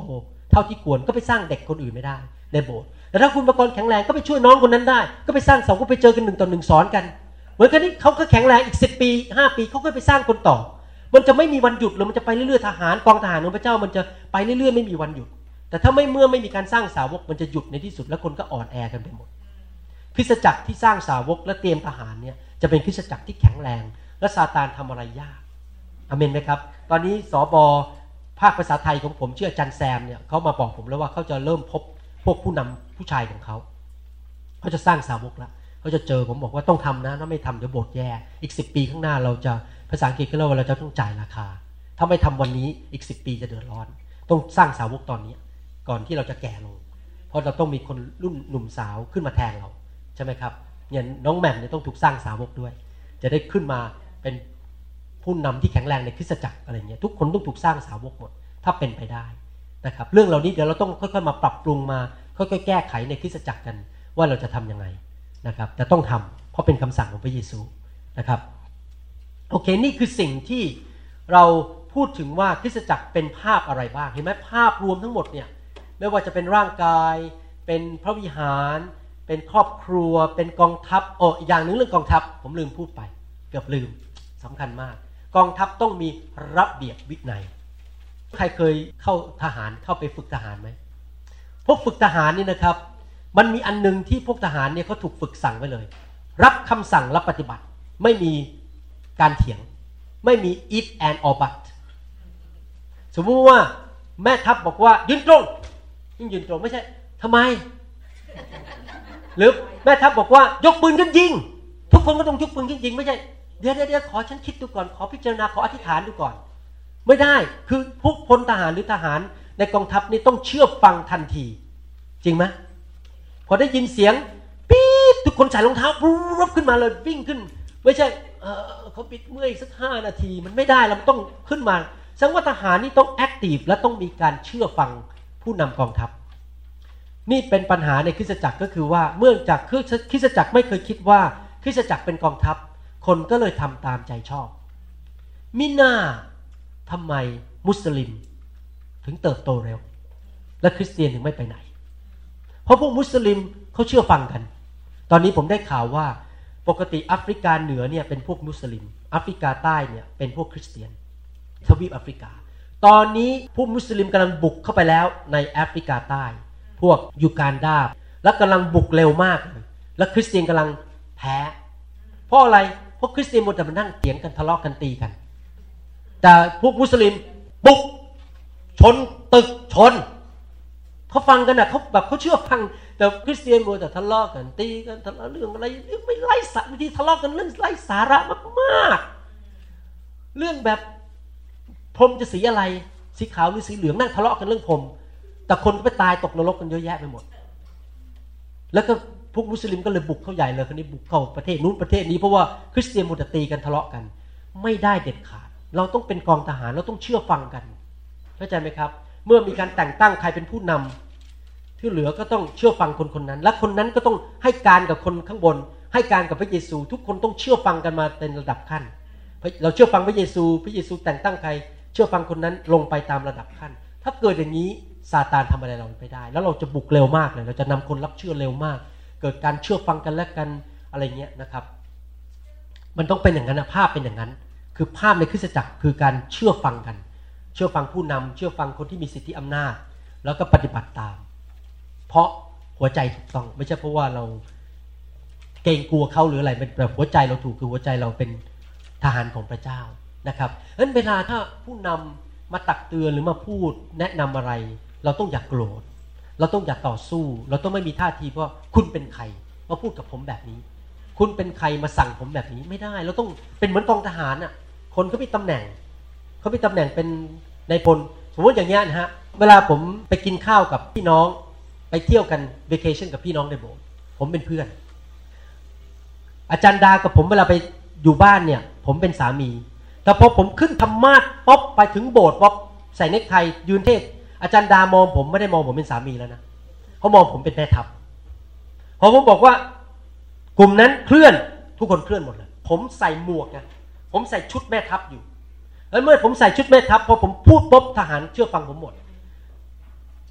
เท่าที่ควรก็ไปสร้างเด็กคนอื่นไม่ได้ในโบสถ์แต่ถ้าคุณประกรณ์แข็งแรงก็ไปช่วยน้องคนนั้นได้ก็ไปสร้าง2ก็ไปเจอกัน1 ต่อ 1สอนกันเหมือนกันนี่เขาก็แข็งแรงอีก10 ปี5 ปีเขาก็ไปสร้างคนต่อมันจะไม่มีวันหยุดเลยมันจะไปเรื่อยๆทหารกองทหารของพระเจ้ามันจะไปเรื่อยๆไม่มีวันหยุดแต่ถ้าไม่มีการสร้างสาวกมันจะหยุดในที่สุดแล้วคนก็อ่อนแอกันไปหมดคริสตจักรที่สร้างสาวกและเตรียมทหารเนี่ยจะเป็นคริสตจักรที่แข็งแรงและซาตานทำอะไรยากอาเมนไหมครับตอนนี้สบภาคภาษาไทยของผมชื่ออาจารย์แซมเนี่ยเขามาบอกผมแล้วว่าเขาจะเริ่มพบพวกผู้นำผู้ชายของเขาจะสร้างสาวกแล้วเขาจะเจอผมบอกว่าต้องทำนะถ้าไม่ทำเดี๋ยวโบสถ์แย่อีก10 ปีข้างหน้าเราจะภาษาอังกฤษก็เรียกว่าเราจะต้องจ่ายราคาถ้าไม่ทำวันนี้อีก10 ปีจะเดือดร้อนต้องสร้างสาวกตอนนี้ก่อนที่เราจะแก่ลงเพราะเราต้องมีคนรุ่นหนุ่มสาวขึ้นมาแทนเราใช่ไหมครับอย่างน้องแหม่มเนี่ยต้องถูกสร้างสาวกด้วยจะได้ขึ้นมาเป็นผู้นำที่แข็งแรงในคริสตจักรอะไรเงี้ยทุกคนต้องถูกสร้างสาวกหมดถ้าเป็นไปได้นะครับเรื่องเหล่านี้เดี๋ยวเราต้องค่อยๆมาปรับปรุงมาค่อยๆแก้ไขในคริสตจักรกันว่าเราจะทำยังไงนะครับแต่ต้องทำเพราะเป็นคำสั่งของพระเยซูนะครับโอเคนี่คือสิ่งที่เราพูดถึงว่าคริสตจักรเป็นภาพอะไรบ้างเห็นไหมภาพรวมทั้งหมดเนี่ยไม่ว่าจะเป็นร่างกายเป็นพระวิหารเป็นครอบครัวเป็นกองทัพอีกอย่างนึงเรื่องกองทัพผมลืมพูดไปเกือบลืมสำคัญมากกองทัพต้องมีระเบียบวินัยใครเคยเข้าทหารเข้าไปฝึกทหารไหมพวกฝึกทหารนี่นะครับมันมีอันนึงที่พวกทหารเนี่ยเขาถูกฝึกสั่งไว้เลยรับคำสั่งรับปฏิบัติไม่มีการเถียงไม่มี if and or but สมมติว่าแม่ทัพบอกว่ายืนตรงยืนตรงไม่ใช่ทำไมหรือแม่ทัพบอกว่ายกปืนขึ้นยิงทุกคนก็ต้องยกปืนขึ้นยิงไม่ใช่เดี๋ยวขอฉันคิดดูก่อนขอพิจารณาขออธิษฐานดูก่อนไม่ได้คือพวกพลทหารหรือทหารในกองทัพนี่ต้องเชื่อฟังทันทีจริงไหมพอได้ยินเสียงปี๊ดทุกคนใส่รองเท้าปุ๊บขึ้นมาเลยวิ่งขึ้นไม่ใช่เขาปิดเมื่อยสัก5 นาทีมันไม่ได้เราต้องขึ้นมาแสดงว่าทหารนี่ต้องแอคทีฟและต้องมีการเชื่อฟังผู้นำกองทัพนี่เป็นปัญหาในคริสตจักรก็คือว่าเมื่อจากคริสตจักรไม่เคยคิดว่าคริสตจักรเป็นกองทัพคนก็เลยทำตามใจชอบมิน่าทำไมมุสลิมถึงเติบโตเร็วและคริสเตียนถึงไม่ไปไหนเพราะพวกมุสลิมเขาเชื่อฟังกันตอนนี้ผมได้ข่าวว่าปกติแอฟริกาเหนือเนี่ยเป็นพวกมุสลิมแอฟริกาใต้เนี่ยเป็นพวกคริสเตียนทวีปแอฟริกาตอนนี้พวกมุสลิมกำลังบุกเข้าไปแล้วในแอฟริกาใต้พวกยูกันดาและกำลังบุกเร็วมากเลยและคริสเตียนกำลังแพ้เพราะอะไรเพราะคริสเตียนมัวแต่มานั่งเถียงกันทะเลาะกันตีกันแต่พวกมุสลิมบุกชนตึกชนเขาฟังกันนะเขาเชื่อฟังแต่คริสเตียนมัวแต่ทะเลาะกันตีกันทะเลาะเรื่องอะไรไม่ไร้สาระที่ทะเลาะกันเรื่องไร้สาระมากๆเรื่องแบบพรมจะสีอะไรสีขาวหรือสีเหลืองนั่งทะเลาะกันเรื่องพรมแต่คนก็ไปตายตกนรกกันเยอะแยะไปหมดแล้วก็พวกมุสลิมก็เลยบุกเข้าใหญ่เลยคนนี้บุกเข้าประเทศนู้นประเทศนี้เพราะว่าคริสเตียนมัวแต่ตีกันทะเลาะกันไม่ได้เด็ดขาดเราต้องเป็นกองทหารเราต้องเชื่อฟังกันเข้าใจไหมครับเมื่อมีการแต่งตั้งใครเป็นผู้นำที่เหลือก็ต้องเชื่อฟังคนนั้นและคนนั้นก็ต้องให้การกับคนข้างบนให้การกับพระเยซูทุกคนต้องเชื่อฟังกันมาเป็นระดับขั้นเราเชื่อฟังพระเยซูแต่งตั้งใครเชื่อฟังคนนั้นลงไปตามระดับขั้นถ้าเกิดอย่างนี้ซาตานทำอะไรเราไม่ได้แล้วเราจะบุกเร็วมากเลยเราจะนำคนรับเชื่อเร็วมากเกิดการเชื่อฟังกันและกันอะไรเงี้ยนะครับมันต้องเป็นอย่างนั้นนะภาพเป็นอย่างนั้นคือภาพในคริสตจักรคือการเชื่อฟังกันเชื่อฟังผู้นำเชื่อฟังคนที่มีสิทธิอำนาจแล้วก็ปฏิบัติตามเพราะหัวใจถูกต้องไม่ใช่เพราะว่าเราเกรงกลัวเขาหรืออะไรเป็นแบบหัวใจเราถูกคือหัวใจเราเป็นทหารของพระเจ้านะครับงั้นเวลาถ้าผู้นำมาตักเตือนหรือมาพูดแนะนำอะไรเราต้องอย่าโกรธเราต้องอย่าต่อสู้เราต้องไม่มีท่าทีว่าคุณเป็นใครมาพูดกับผมแบบนี้คุณเป็นใครมาสั่งผมแบบนี้ไม่ได้เราต้องเป็นเหมือนกองทหารน่ะคนเขามีตำแหน่งเป็นนายพลสมมติอย่างเงี้ยนะฮะเวลาผมไปกินข้าวกับพี่น้องไปเที่ยวกันเวเคชั่นกับพี่น้องในโบสถ์ผมเป็นเพื่อนอาจารย์ดากับผมเวลาไปอยู่บ้านเนี่ยผมเป็นสามีแต่พอผมขึ้นธรรมาสป๊อปไปถึงโบสถ์ป๊อปใส่เนคไทยืนเทศอาจารย์ดามองผมไม่ได้มองผมเป็นสามีแล้วนะเขามองผมเป็นแม่ทัพพอผมบอกว่ากลุ่มนั้นเคลื่อนทุกคนเคลื่อนหมดเลยผมใส่หมวกนะผมใส่ชุดแม่ทัพอยู่แล้วเมื่อผมใส่ชุดแม่ทัพพอผมพูดปุ๊บทหารเชื่อฟังผมหมด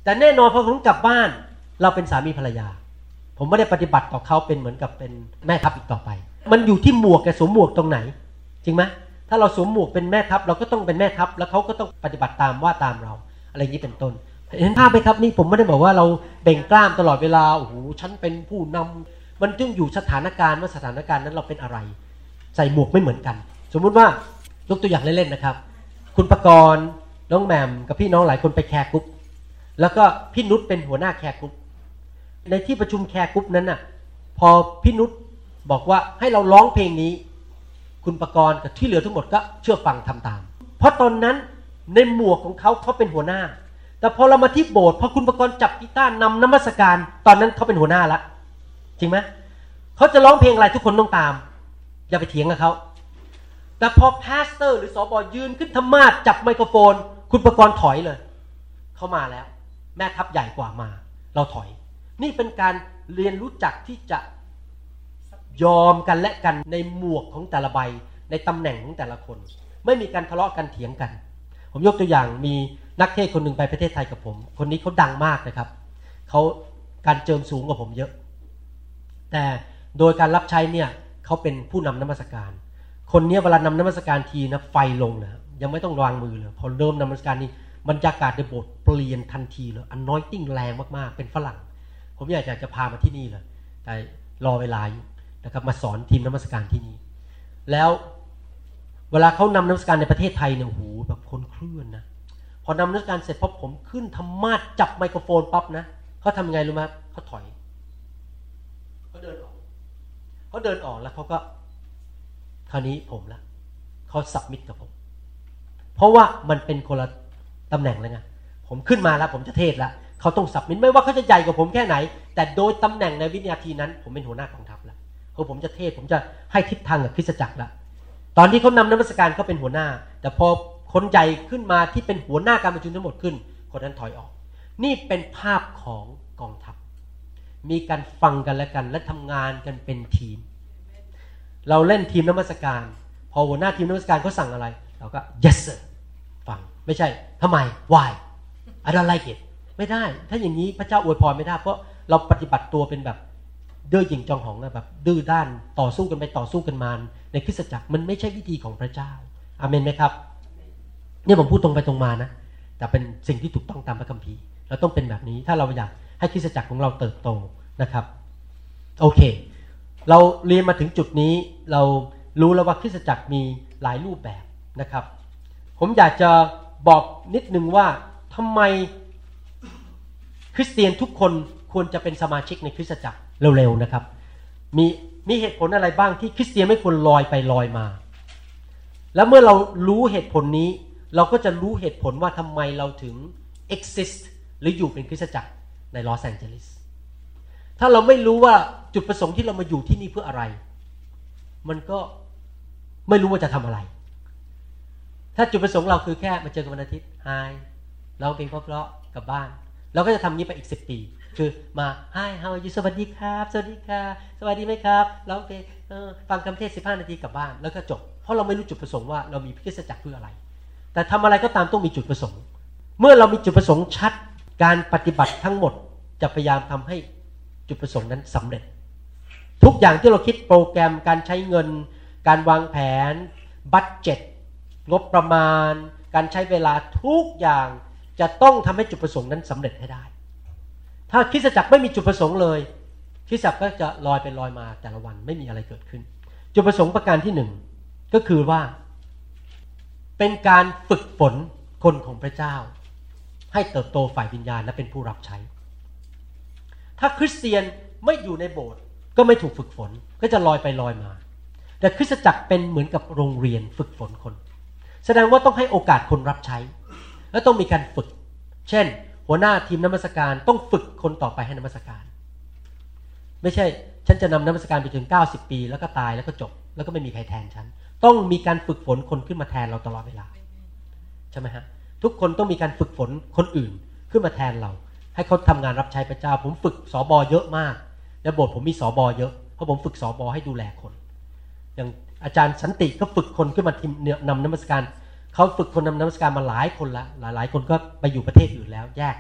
แต่แน่นอนพอผมกลับบ้านเราเป็นสามีภรรยาผมไม่ได้ปฏิบัติต่อเขาเป็นเหมือนกับเป็นแม่ทัพอีกต่อไปมันอยู่ที่หมวกกับสวมหมวกตรงไหนจริงไหมถ้าเราสวมหมวกเป็นแม่ทัพเราก็ต้องเป็นแม่ทัพแล้วเขาก็ต้องปฏิบัติตามว่าตามเราอะไรอย่างนี้เป็นต้นเห็นภาพไหมครับนี่ผมไม่ได้บอกว่าเราเบ่งกล้ามตลอดเวลาโอ้โหฉันเป็นผู้นำมันต้องอยู่สถานการณ์ว่าสถานการณ์นั้นเราเป็นอะไรใส่หมวกไม่เหมือนกันสมมุติว่ายกตัวอย่างเล่นๆนะครับคุณประกรณ์น้องแหม่มกับพี่น้องหลายคนไปแคร์กรุ๊ปแล้วก็พี่นุชเป็นหัวหน้าแคร์กรุ๊ปในที่ประชุมแคร์กรุ๊ปนั้นน่ะพอพี่นุชบอกว่าให้เราร้องเพลงนี้คุณประกรณ์กับที่เหลือทั้งหมดก็เชื่อฟังทำตามเพราะตอนนั้นในหมวกของเขาเป็นหัวหน้าแต่พอเรามาที่โบสถ์พอคุณประกรณ์จับกีตาร์นำนมัสการตอนนั้นเขาเป็นหัวหน้าละจริงไหมเขาจะร้องเพลงอะไรทุกคนต้องตามอย่าไปเถียงกับเขาแต่พอพาสเตอร์หรือสบยืนขึ้นธรรมาสจับไมโครโฟนคุณประกรณ์ถอยเลยเขามาแล้วแม่ทัพใหญ่กว่ามาเราถอยนี่เป็นการเรียนรู้จักที่จะยอมกันและกันในหมวกของแต่ละใบในตำแหน่งของแต่ละคนไม่มีการทะเลาะกันเถียงกันผมยกตัวอย่างมีนักเทศคนหนึ่งไปประเทศไทยกับผมคนนี้เขาดังมากนะครับเขาการเจิมสูงกว่าผมเยอะแต่โดยการรับใช้เนี่ยเขาเป็นผู้นำนมัสการคนนี้เวลานำนมัสการทีนะไฟลงนะยังไม่ต้องวางมือเลยพอเริ่มนมัสการนี้บรรยากาศในโบสถ์เปลี่ยนทันทีเลย anointing แรงมากๆเป็นฝรั่งผมอยากจะพามาที่นี่เลยแต่รอเวลาอยู่นะครับมาสอนทีมนมัสการที่นี่แล้วเวลาเขานำนมัสการในประเทศไทยเนี่ยโอ้โหแบบคนเคลื่อนนะพอนำนมัสการเสร็จพอผมขึ้นธรรมาสจับไมโครโฟนปั๊บนะเขาทำยังไงรู้ไหมเขาถอยเขาเดินออกแล้วเขาก็คราวนี้ผมละเขาสับมิดกับผมเพราะว่ามันเป็นคนละตำแหน่งเลยไงผมขึ้นมาแล้วผมจะเทศแล้วเขาต้องสับมิดไม่ว่าเขาจะใหญ่กว่าผมแค่ไหนแต่โดยตำแหน่งในวินาทีนั้นผมเป็นหัวหน้ากองทัพแล้วผมจะเทศผมจะให้ทิศทางกับคริสตจักรแล้วตอนที่เขานำนมัสการเขาเป็นหัวหน้าแต่พอคนใหญ่ขึ้นมาที่เป็นหัวหน้าการประชุมทั้งหมดขึ้นคนนั้นถอยออกนี่เป็นภาพของกองทัพมีการฟังกันและกันและทำงานกันเป็นทีมเราเล่นทีมนมัสการพอหัวหน้าทีมนมัสการเขาสั่งอะไรเราก็ yes sir ฟังไม่ใช่ทำไม why I don't like it ไม่ได้ถ้าอย่างนี้พระเจ้าอวยพรไม่ได้เพราะเราปฏิบัติตัวเป็นแบบดื้อหยิ่งจองหองนะแบบดื้อด้านต่อสู้กันไปต่อสู้กันมาในคริสตจักรมันไม่ใช่วิธีของพระเจ้าอาเมนไหมครับนี่ผมพูดตรงไปตรงมานะแต่เป็นสิ่งที่ถูกต้องตามพระคัมภีร์เราต้องเป็นแบบนี้ถ้าเราอยากให้คริสตจักรของเราเติบโตนะครับโอเคเราเรียนมาถึงจุดนี้เรารู้แล้วว่าคริสตจักรมีหลายรูปแบบนะครับผมอยากจะบอกนิดนึงว่าทำไมคริสเตียนทุกคนควรจะเป็นสมาชิกในคริสตจักรเร็วๆนะครับมีเหตุผลอะไรบ้างที่คริสเตียนไม่ควรลอยไปลอยมาแล้วเมื่อเรารู้เหตุผลนี้เราก็จะรู้เหตุผลว่าทำไมเราถึง exist หรืออยู่เป็นคริสตจักรในลอสแองเจลิสถ้าเราไม่รู้ว่าจุดประสงค์ที่เรามาอยู่ที่นี่เพื่ออะไรมันก็ไม่รู้ว่าจะทำอะไรถ้าจุดประสงค์เราคือแค่มาเจอกันวันอาทิตย์ไฮเราเพลงเพราะๆกลับบ้านเราก็จะทำนี้ไปอีก10 ปีคือมา Hi how are you สวัสดีครับสวัสดีค่ะสวัสดีไหมครับเราเพลงฟังคำเทศ15 นาทีกลับบ้านแล้วก็จบเพราะเราไม่รู้จุดประสงค์ว่าเรามีคริสตจักรเพื่ออะไรแต่ทำอะไรก็ตามต้องมีจุดประสงค์เมื่อเรามีจุดประสงค์ชัดการปฏิบัติทั้งหมดจะพยายามทำให้จุดประสงค์นั้นสำเร็จทุกอย่างที่เราคิดโปรแกรมการใช้เงินการวางแผนบัดเจ็ตงบประมาณการใช้เวลาทุกอย่างจะต้องทำให้จุดประสงค์นั้นสำเร็จให้ได้ถ้าคริสตจักรไม่มีจุดประสงค์เลยคริสตจักรก็จะลอยไปลอยมาแต่ละวันไม่มีอะไรเกิดขึ้นจุดประสงค์ประการที่1ก็คือว่าเป็นการฝึกฝนคนของพระเจ้าให้เติบโตฝ่ายวิญญาณและเป็นผู้รับใช้ถ้าคริสเตียนไม่อยู่ในโบสถ์ก็ไม่ถูกฝึกฝนก็จะลอยไปลอยมาแต่คริสตจักรเป็นเหมือนกับโรงเรียนฝึกฝนคนแสดงว่าต้องให้โอกาสคนรับใช้และต้องมีการฝึกเช่นหัวหน้าทีมนมัสการต้องฝึกคนต่อไปให้นมัสการไม่ใช่ฉันจะนำนมัสการไปถึง90 ปีแล้วก็ตายแล้วก็จบแล้วก็ไม่มีใครแทนฉันต้องมีการฝึกฝนคนขึ้นมาแทนเราตลอดเวลาใช่ไหมฮะทุกคนต้องมีการฝึกฝนคนอื่นขึ้นมาแทนเราให้เขาทำงานรับใช้พระเจ้าผมฝึกสบเยอะมากในโบสถ์ผมมีสบเยอะเพราะผมฝึกสบให้ดูแลคนอย่างอาจารย์สันติก็ฝึกคนขึ้นมาทีมนำนมัสการเขาฝึกคนนำนมัสการมาหลายคนละหลายคนก็ไปอยู่ประเทศอื่นแล้วแยกไป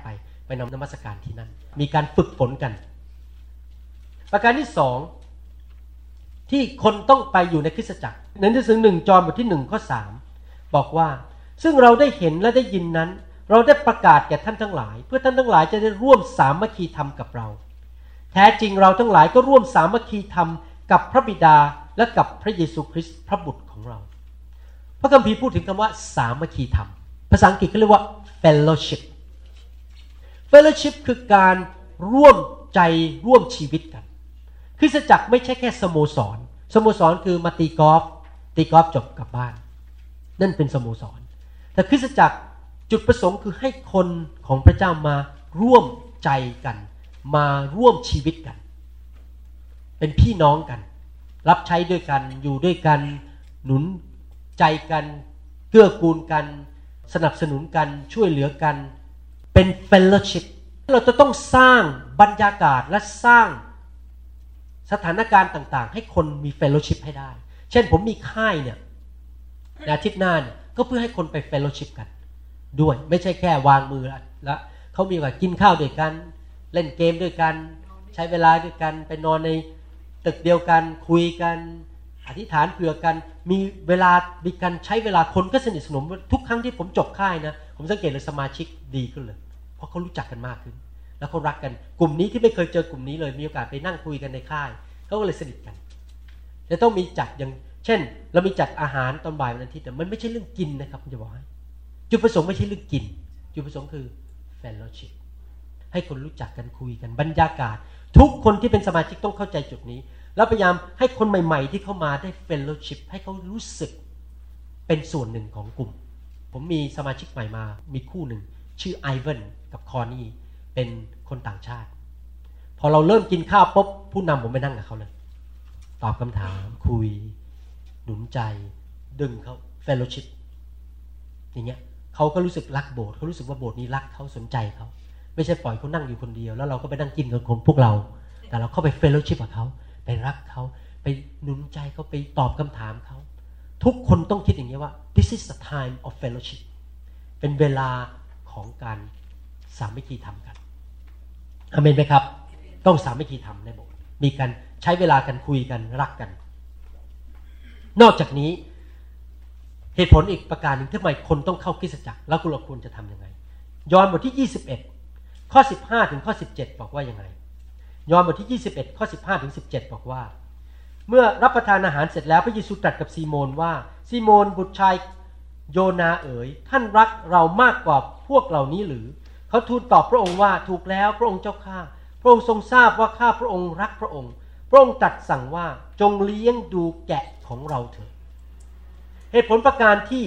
ไปนมัสการที่นั่นมีการฝึกฝนกันประการที่2ที่คนต้องไปอยู่ในคริสตจักรในหนังสือ1 จอห์นบทที่1 ข้อ 3บอกว่าซึ่งเราได้เห็นและได้ยินนั้นเราได้ประกาศแก่ท่านทั้งหลายเพื่อท่านทั้งหลายจะได้ร่วมสามัคคีธรรมกับเราแท้จริงเราทั้งหลายก็ร่วมสามัคคีธรรมกับพระบิดาและกับพระเยซูคริสต์พระบุตรของเราพระคัมภีร์พูดถึงคำว่าสามัคคีธรรมภาษาอังกฤษเขาเรียกว่า fellowship fellowship คือการร่วมใจร่วมชีวิตกันคริสตจักรไม่ใช่แค่สโมสรคือมาตีกอล์ฟจบกลับบ้านนั่นเป็นสโมสรแต่คริสตจักรจุดประสงค์คือให้คนของพระเจ้ามาร่วมใจกันมาร่วมชีวิตกันเป็นพี่น้องกันรับใช้ด้วยกันอยู่ด้วยกันหนุนใจกันเกื้อกูลกันสนับสนุนกันช่วยเหลือกันเป็นเฟลโลชิพเราจะต้องสร้างบรรยากาศและสร้างสถานการณ์ต่างๆให้คนมีเฟลโลชิพให้ได้เช่นผมมีค่ายเนี่ยในอาทิตย์หน้าเนี่ยก็เพื่อให้คนไปเฟลโลชิพกันด้วยไม่ใช่แค่วางมือแล้วเขามีว่ากินข้าวด้วยกันเล่นเกมด้วยกันใช้เวลาด้วยกันไปนอนในตึกเดียวกันคุยกันอธิษฐานเผื่อกันมีเวลามีการใช้เวลาคนก็สนิทสนมทุกครั้งที่ผมจบค่ายนะผมสังเกตเลยสมาชิกดีขึ้นเลยเพราะเขารู้จักกันมากขึ้นแล้วเขารักกันกลุ่มนี้ที่ไม่เคยเจอกลุ่มนี้เลยมีโอกาสไปนั่งคุยกันในค่ายเขาก็เลยสนิทกันจะต้องมีจัดอย่างเช่นเรามีจัดอาหารตอนบ่ายวันอาทิตย์แต่มันไม่ใช่เรื่องกินนะครับผมจะบอกให้จุดประสงค์ไม่ใช่เรื่องกินจุดประสงค์คือ fellowship ให้คนรู้จักกันคุยกันบรรยากาศทุกคนที่เป็นสมาชิกต้องเข้าใจจุดนี้แล้วพยายามให้คนใหม่ๆที่เข้ามาได้ fellowship ให้เขารู้สึกเป็นส่วนหนึ่งของกลุ่มผมมีสมาชิกใหม่มามีคู่หนึ่งชื่อไอเวนกับคอร์นี่เป็นคนต่างชาติพอเราเริ่มกินข้าวปุ๊บผู้นำผมไปนั่งกับเขาเลยตอบคำถามคุยหนุนใจดึงเขา fellowship อย่างเงี้ยเขาก็รู้สึกรักโบสถ์เขารู้สึกว่าโบสถ์นี้รักเขาสนใจเขาไม่ใช่ปล่อยเขานั่งอยู่คนเดียวแล้วเราก็ไปนั่งกินกับคนพวกเราแต่เราเข้าไป fellowship กับเขาไปรักเขาไปหนุนใจเขาไปตอบคำถามเขาทุกคนต้องคิดอย่างนี้ว่า this is the time of fellowship เป็นเวลาของการสามัคคีธรรมกันอาเมนไหมครับต้องสามัคคีธรรมในโบสถ์มีการใช้เวลากันคุยกันรักกันนอกจากนี้เหตุผลอีกประการหนึ่งที่ทำไมคนต้องเข้าคริสตจักรแล้วเราควรจะทำยังไงยอห์นบทที่21ข้อ15ถึงข้อ17บอกว่ายังไงยอห์นบทที่21ข้อ15ถึง17บอกว่าเมื่อรับประทานอาหารเสร็จแล้วพระเยซูตรัสกับซีโมนว่าซีโมนบุตรชายโยนาเอ๋ยท่านรักเรามากกว่าพวกเหล่านี้หรือเขาทูลตอบพระองค์ว่าถูกแล้วพระองค์เจ้าข้าพระองค์ทรงทราบว่าข้าพระองค์รักพระองค์พระองค์ตรัสสั่งว่าจงเลี้ยงดูแกะของเราเถิดเหตุผลประการที่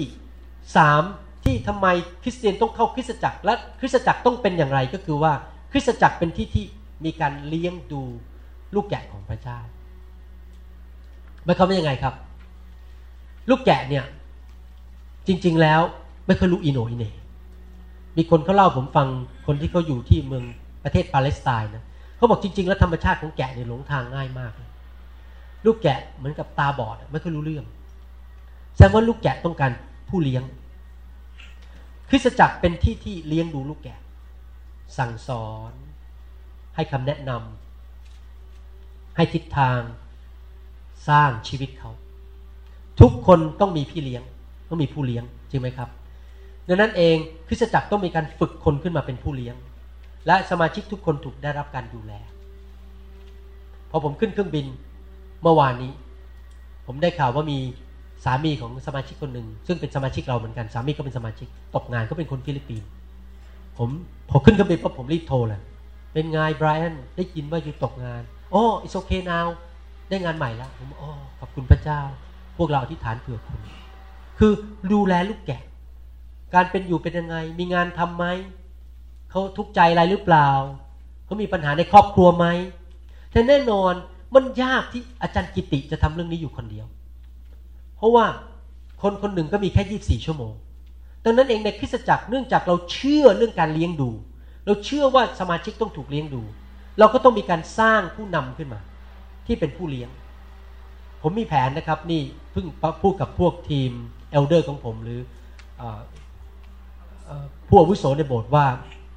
3ที่ทำไมคริสเตียนต้องเข้าคริสตจักรและคริสตจักรต้องเป็นอย่างไรก็คือว่าคริสตจักรเป็นที่ที่มีการเลี้ยงดูลูกแกะของพระเจ้าหมายความว่ายังไงครับลูกแกะเนี่ยจริงๆแล้วไม่เคยรู้อีโหน่อีเหน่มีคนเขาเล่าผมฟังคนที่เขาอยู่ที่เมืองประเทศปาเลสไตน์นะเขาบอกจริงๆแล้วธรรมชาติของแกะเนี่ยหลงทางง่ายมากลูกแกะเหมือนกับตาบอดไม่เคยรู้เรื่องแสดงว่าลูกแกะต้องการผู้เลี้ยงคริสตจักรเป็นที่ที่เลี้ยงดูลูกแกะสั่งสอนให้คำแนะนำให้ทิศทางสร้างชีวิตเขาทุกคนต้องมีพี่เลี้ยงต้องมีผู้เลี้ยงจริงไหมครับดังนั้นเองคริสตจักรต้องมีการฝึกคนขึ้นมาเป็นผู้เลี้ยงและสมาชิกทุกคนถูกได้รับการดูแลพอผมขึ้นเครื่องบินเมื่อวานนี้ผมได้ข่าวว่ามีสามีของสมาชิกคนหนึ่งซึ่งเป็นสมาชิกเราเหมือนกันสามีก็เป็นสมาชิกตกงานก็เป็นคนฟิลิปปินส์พอขึ้นเครื่องบินปุ๊บผมรีบโทรเลยเป็นไงไบรอันได้ยินว่าอยู่ตกงานโอ้ it's okay now ได้งานใหม่แล้วผมขอบคุณพระเจ้าพวกเราอธิษฐานเผื่อคุณคือดูแลลูกแกะการเป็นอยู่เป็นยังไงมีงานทำไหมเขาทุกข์ใจอะไรหรือเปล่าเขามีปัญหาในครอบครัวไหมแต่แน่นอนมันยากที่อาจารย์กิติจะทำเรื่องนี้อยู่คนเดียวเพราะว่าคนคนหนึ่งก็มีแค่24ชั่วโมงดังนั้นเองในคริสตจักรเนื่องจากเราเชื่อเรื่องการเลี้ยงดูเราเชื่อว่าสมาชิกต้องถูกเลี้ยงดูเราก็ต้องมีการสร้างผู้นำขึ้นมาที่เป็นผู้เลี้ยงผมมีแผนนะครับนี่เพิ่งพูดกับพวกทีมเอลเดอร์ของผมหรือผู้อาวุโสในโบสถ์ว่า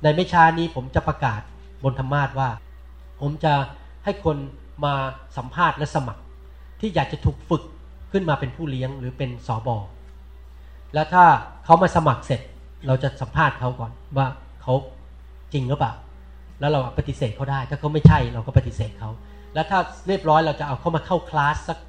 ในไม่ช้านี้ผมจะประกาศบนธรรมาสน์ว่าผมจะให้คนมาสัมภาษณ์และสมัครที่อยากจะถูกฝึกขึ้นมาเป็นผู้เลี้ยงหรือเป็นสบแล้วถ้าเขามาสมัครเสร็จเราจะสัมภาษณ์เขาก่อนว่าเขาจริงหรือเปล่าแล้วเราปฏิเสธเขาได้ถ้าเขาไม่ใช่เราก็ปฏิเสธเขาแล้วถ้าเรียบร้อยเราจะเอาเขามาเข้าคลาสสัก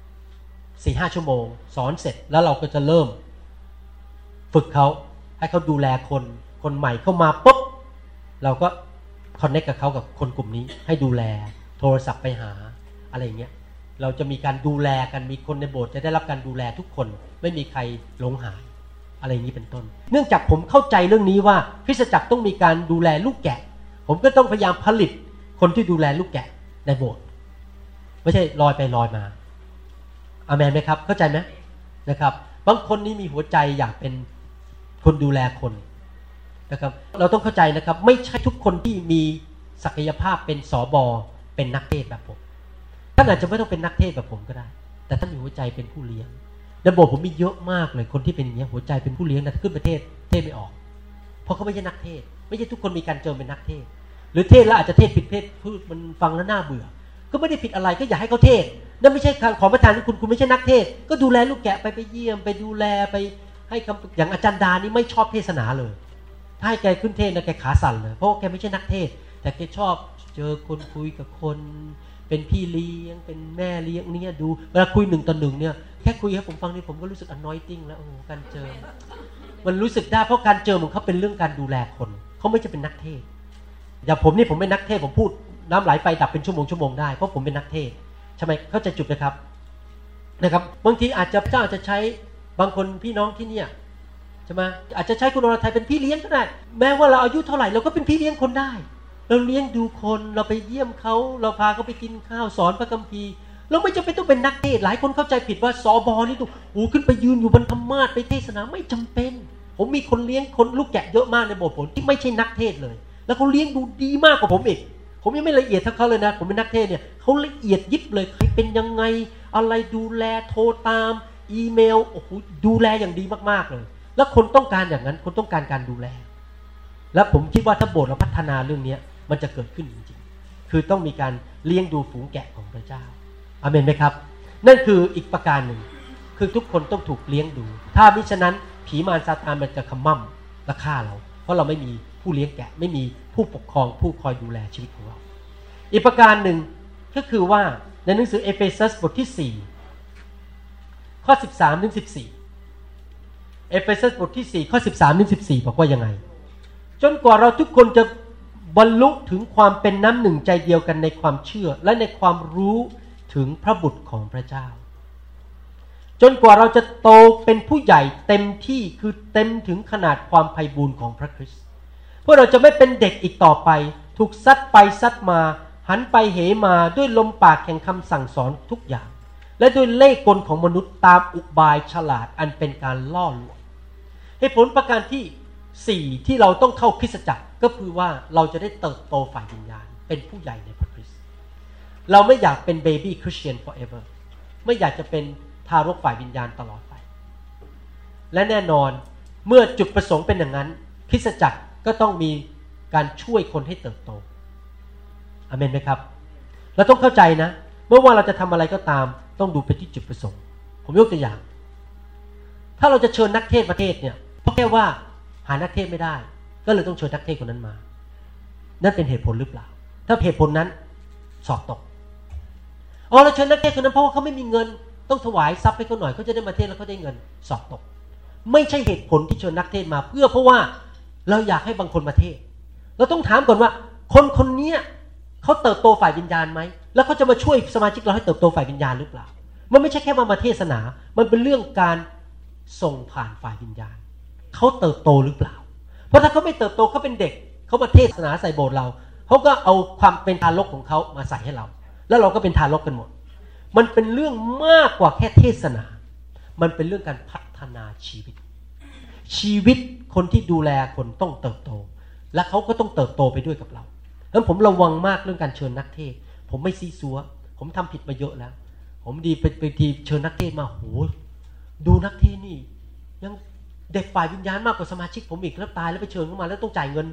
4-5 ชั่วโมงสอนเสร็จแล้วเราก็จะเริ่มฝึกเขาให้เขาดูแลคนใหม่เข้ามาปุ๊บเราก็คอนเนคกับเขากับคนกลุ่มนี้ให้ดูแลโทรศัพท์ไปหาอะไรอย่างเงี้ยเราจะมีการดูแลกันมีคนในโบสถ์จะได้รับการดูแลทุกคนไม่มีใครหลงหายอะไรอย่างนี้เป็นต้นเนื่องจากผมเข้าใจเรื่องนี้ว่าคริสตจักรต้องมีการดูแลลูกแกะผมก็ต้องพยายามผลิตคนที่ดูแลลูกแกะในโบสถ์ไม่ใช่ลอยไปลอยมาอาเมนไหมครับเข้าใจไหมนะครับบางคนนี่มีหัวใจอยากเป็นคนดูแลคนนะครับเราต้องเข้าใจนะครับไม่ใช่ทุกคนที่มีศักยภาพเป็นสบเป็นนักเทศแบบผมท่านอาจจะไม่ต้องเป็นนักเทศแบบผมก็ได้แต่ท่านมีหัวใจเป็นผู้เลี้ยงในโบสถ์ผมมีเยอะมากเลยคนที่เป็นอย่างนี้หัวใจเป็นผู้เลี้ยงนะขึ้นประเทศเทศไม่ออกเพราะเขาไม่ใช่นักเทศไม่ใช่ทุกคนมีการเจิมเป็นนักเทศหรือเทศแล้วอาจจะเทศผิดพูดมันฟังแล้วน่าเบื่อก็ไม่ได้ผิดอะไรก็อย่าให้เขาเทศนั่นไม่ใช่ของประทานที่คุณไม่ใช่นักเทศก็ดูแลลูกแกะไปเยี่ยมไปดูแลไปให้คำอย่างอาจารย์ดานี่ไม่ชอบเทศนาเลยถ้าให้แกขึ้นเทศนะแกขาสั่นเลยเพราะแกไม่ใช่นักเทศแต่แกชอบเจอคนคุยกับคนเป็นพี่เลี้ยงเป็นแม่เลี้ยงเนี่ยดูเวลาคุย1 ต่อ 1เนี่ยแค่คุยให้ผมฟังนี่ผมก็รู้สึก anointing แล้วโอ้การเจอมันรู้สึกได้เพราะการเจอของเขาเป็นเรื่องการดูแลคนเขาไม่ใช่เป็นนักเทศอย่างผมนี่ผมเป็นนักเทศผมพูดน้ำไหลไฟดับเป็นชั่วโมงได้เพราะผมเป็นนักเทศใช่ไหมเข้าใจจุดนะครับบางทีอาจจะใช้บางคนพี่น้องที่เนี่ยใช่ไหมอาจจะใช้คุณอรทัยเป็นพี่เลี้ยงก็ได้แม้ว่าเราอายุเท่าไหร่เราก็เป็นพี่เลี้ยงคนได้เราเลี้ยงดูคนเราไปเยี่ยมเขาเราพาเขาไปกินข้าวสอนพระคัมภีร์เราไม่จำเป็นต้องเป็นนักเทศหลายคนเข้าใจผิดว่าสบนี่ต้องขึ้นไปยืนอยู่บนธรรมาสน์ไปเทศนาไม่จำเป็นผมมีคนเลี้ยงคนลูกแกะเยอะมากในโบสถ์ผมที่ไม่ใช่นักเทศเลยแล้วเขาเลี้ยงดูดีมากกว่าผมอีกผมยังไม่ละเอียดเท่าเขาเลยนะผมเป็นนักเทศเนี่ยเขาละเอียดยิบเลยใครเป็นยังไงอะไรดูแลโทรตามอีเมลโอ้โหดูแลอย่างดีมากๆเลยแล้วคนต้องการอย่างนั้นคนต้องการการดูแลแล้วผมคิดว่าถ้าโบสถ์เราพัฒนาเรื่องนี้มันจะเกิดขึ้นจริงๆคือต้องมีการเลี้ยงดูฝูงแกะของพระเจ้าอาเมนไหมครับนั่นคืออีกประการหนึ่งคือทุกคนต้องถูกเลี้ยงดูถ้ามิฉะนั้นผีมารซาตานมันจะขมั่มและฆ่าเราเพราะเราไม่มีผู้เลี้ยงแกะไม่มีผู้ปกครองผู้คอยดูแลชีวิตของเราอีกประการหนึ่งก็คือว่าในหนังสือเอเฟซัสบทที่4ข้อ13ถึง14เอเฟซัสบทที่4ข้อ13ถึง14บอกว่ายังไงจนกว่าเราทุกคนจะบรรลุถึงความเป็นน้ำหนึ่งใจเดียวกันในความเชื่อและในความรู้ถึงพระบุตรของพระเจ้าจนกว่าเราจะโตเป็นผู้ใหญ่เต็มที่คือเต็มถึงขนาดความไพบูลย์ของพระคริสต์เพื่อเราจะไม่เป็นเด็กอีกต่อไปถูกซัดไปซัดมาหันไปเหมาด้วยลมปากแห่งคำสั่งสอนทุกอย่างและด้วยเล่ห์กลของมนุษย์ตามอุบายฉลาดอันเป็นการล่อลวงเหตุผลประการที่4ที่เราต้องเข้าคริสตจักรก็คือว่าเราจะได้เติบโตฝ่ายวิญญาณเป็นผู้ใหญ่ในพระคริสต์เราไม่อยากเป็นเบบี้คริสเตียน forever ไม่อยากจะเป็นทารกฝ่ายวิญญาณตลอดไปและแน่นอนเมื่อจุดประสงค์เป็นอย่างนั้นคริสตจักรก็ต้องมีการช่วยคนให้เติบโตอาเมนไหมครับเราต้องเข้าใจนะเมื่อว่าเราจะทำอะไรก็ตามต้องดูไปที่จุดประสงค์ผมยกตัวอย่างถ้าเราจะเชิญนักเทศประเทศเนี่ยเพราะแค่ว่าหานักเทศไม่ได้ก็เลยต้องเชิญนักเทศคนนั้นมานั่นเป็นเหตุผลหรือเปล่าถ้าเหตุผลนั้นสอบตกเราเชิญนักเทศคนนั้นเพราะว่าเขาไม่มีเงินต้องถวายทรัพย์ให้เขาหน่อยเขาจะได้มาเทศแล้วเขาได้เงินสอบตกไม่ใช่เหตุผลที่เชิญนักเทศมาเพราะว่าเราอยากให้บางคนมาเทศเราต้องถามก่อนว่าคนนี้เขาเติบโตฝ่ายวิญญาณไหมแล้วเขาจะมาช่วยสมาชิกเราให้เติบโตฝ่ายวิญญาณหรือเปล่ามันไม่ใช่แค่มาเทศนามันเป็นเรื่องการส่งผ่านฝ่ายวิญญาณเขาเติบโตหรือเปล่าเพราะถ้าเขาไม่เติบโตเขาเป็นเด็กเขามาเทศนาใส่โบสถ์เราเขาก็เอาความเป็นทารกของเขามาใส่ให้เราแล้วเราก็เป็นทารกกันหมดมันเป็นเรื่องมากกว่าแค่เทศนามันเป็นเรื่องการพัฒนาชีวิตคนที่ดูแลคนต้องเติบโตและเขาก็ต้องเติบโตไปด้วยกับเราเพราะฉะนั้นผมระวังมากเรื่องการเชิญนักเทศผมไม่ซีซัวผมทำผิดมาเยอะแล้วผมดีไปทีเชิญนักเทศมาโหดูนักเทศนี่ยังเด็กฝ่ายวิญญาณมากกว่าสมาชิกผมอีกแล้วตายแล้วไปเชิญเข้ามาแล้วต้องจ่ายเงินด้วย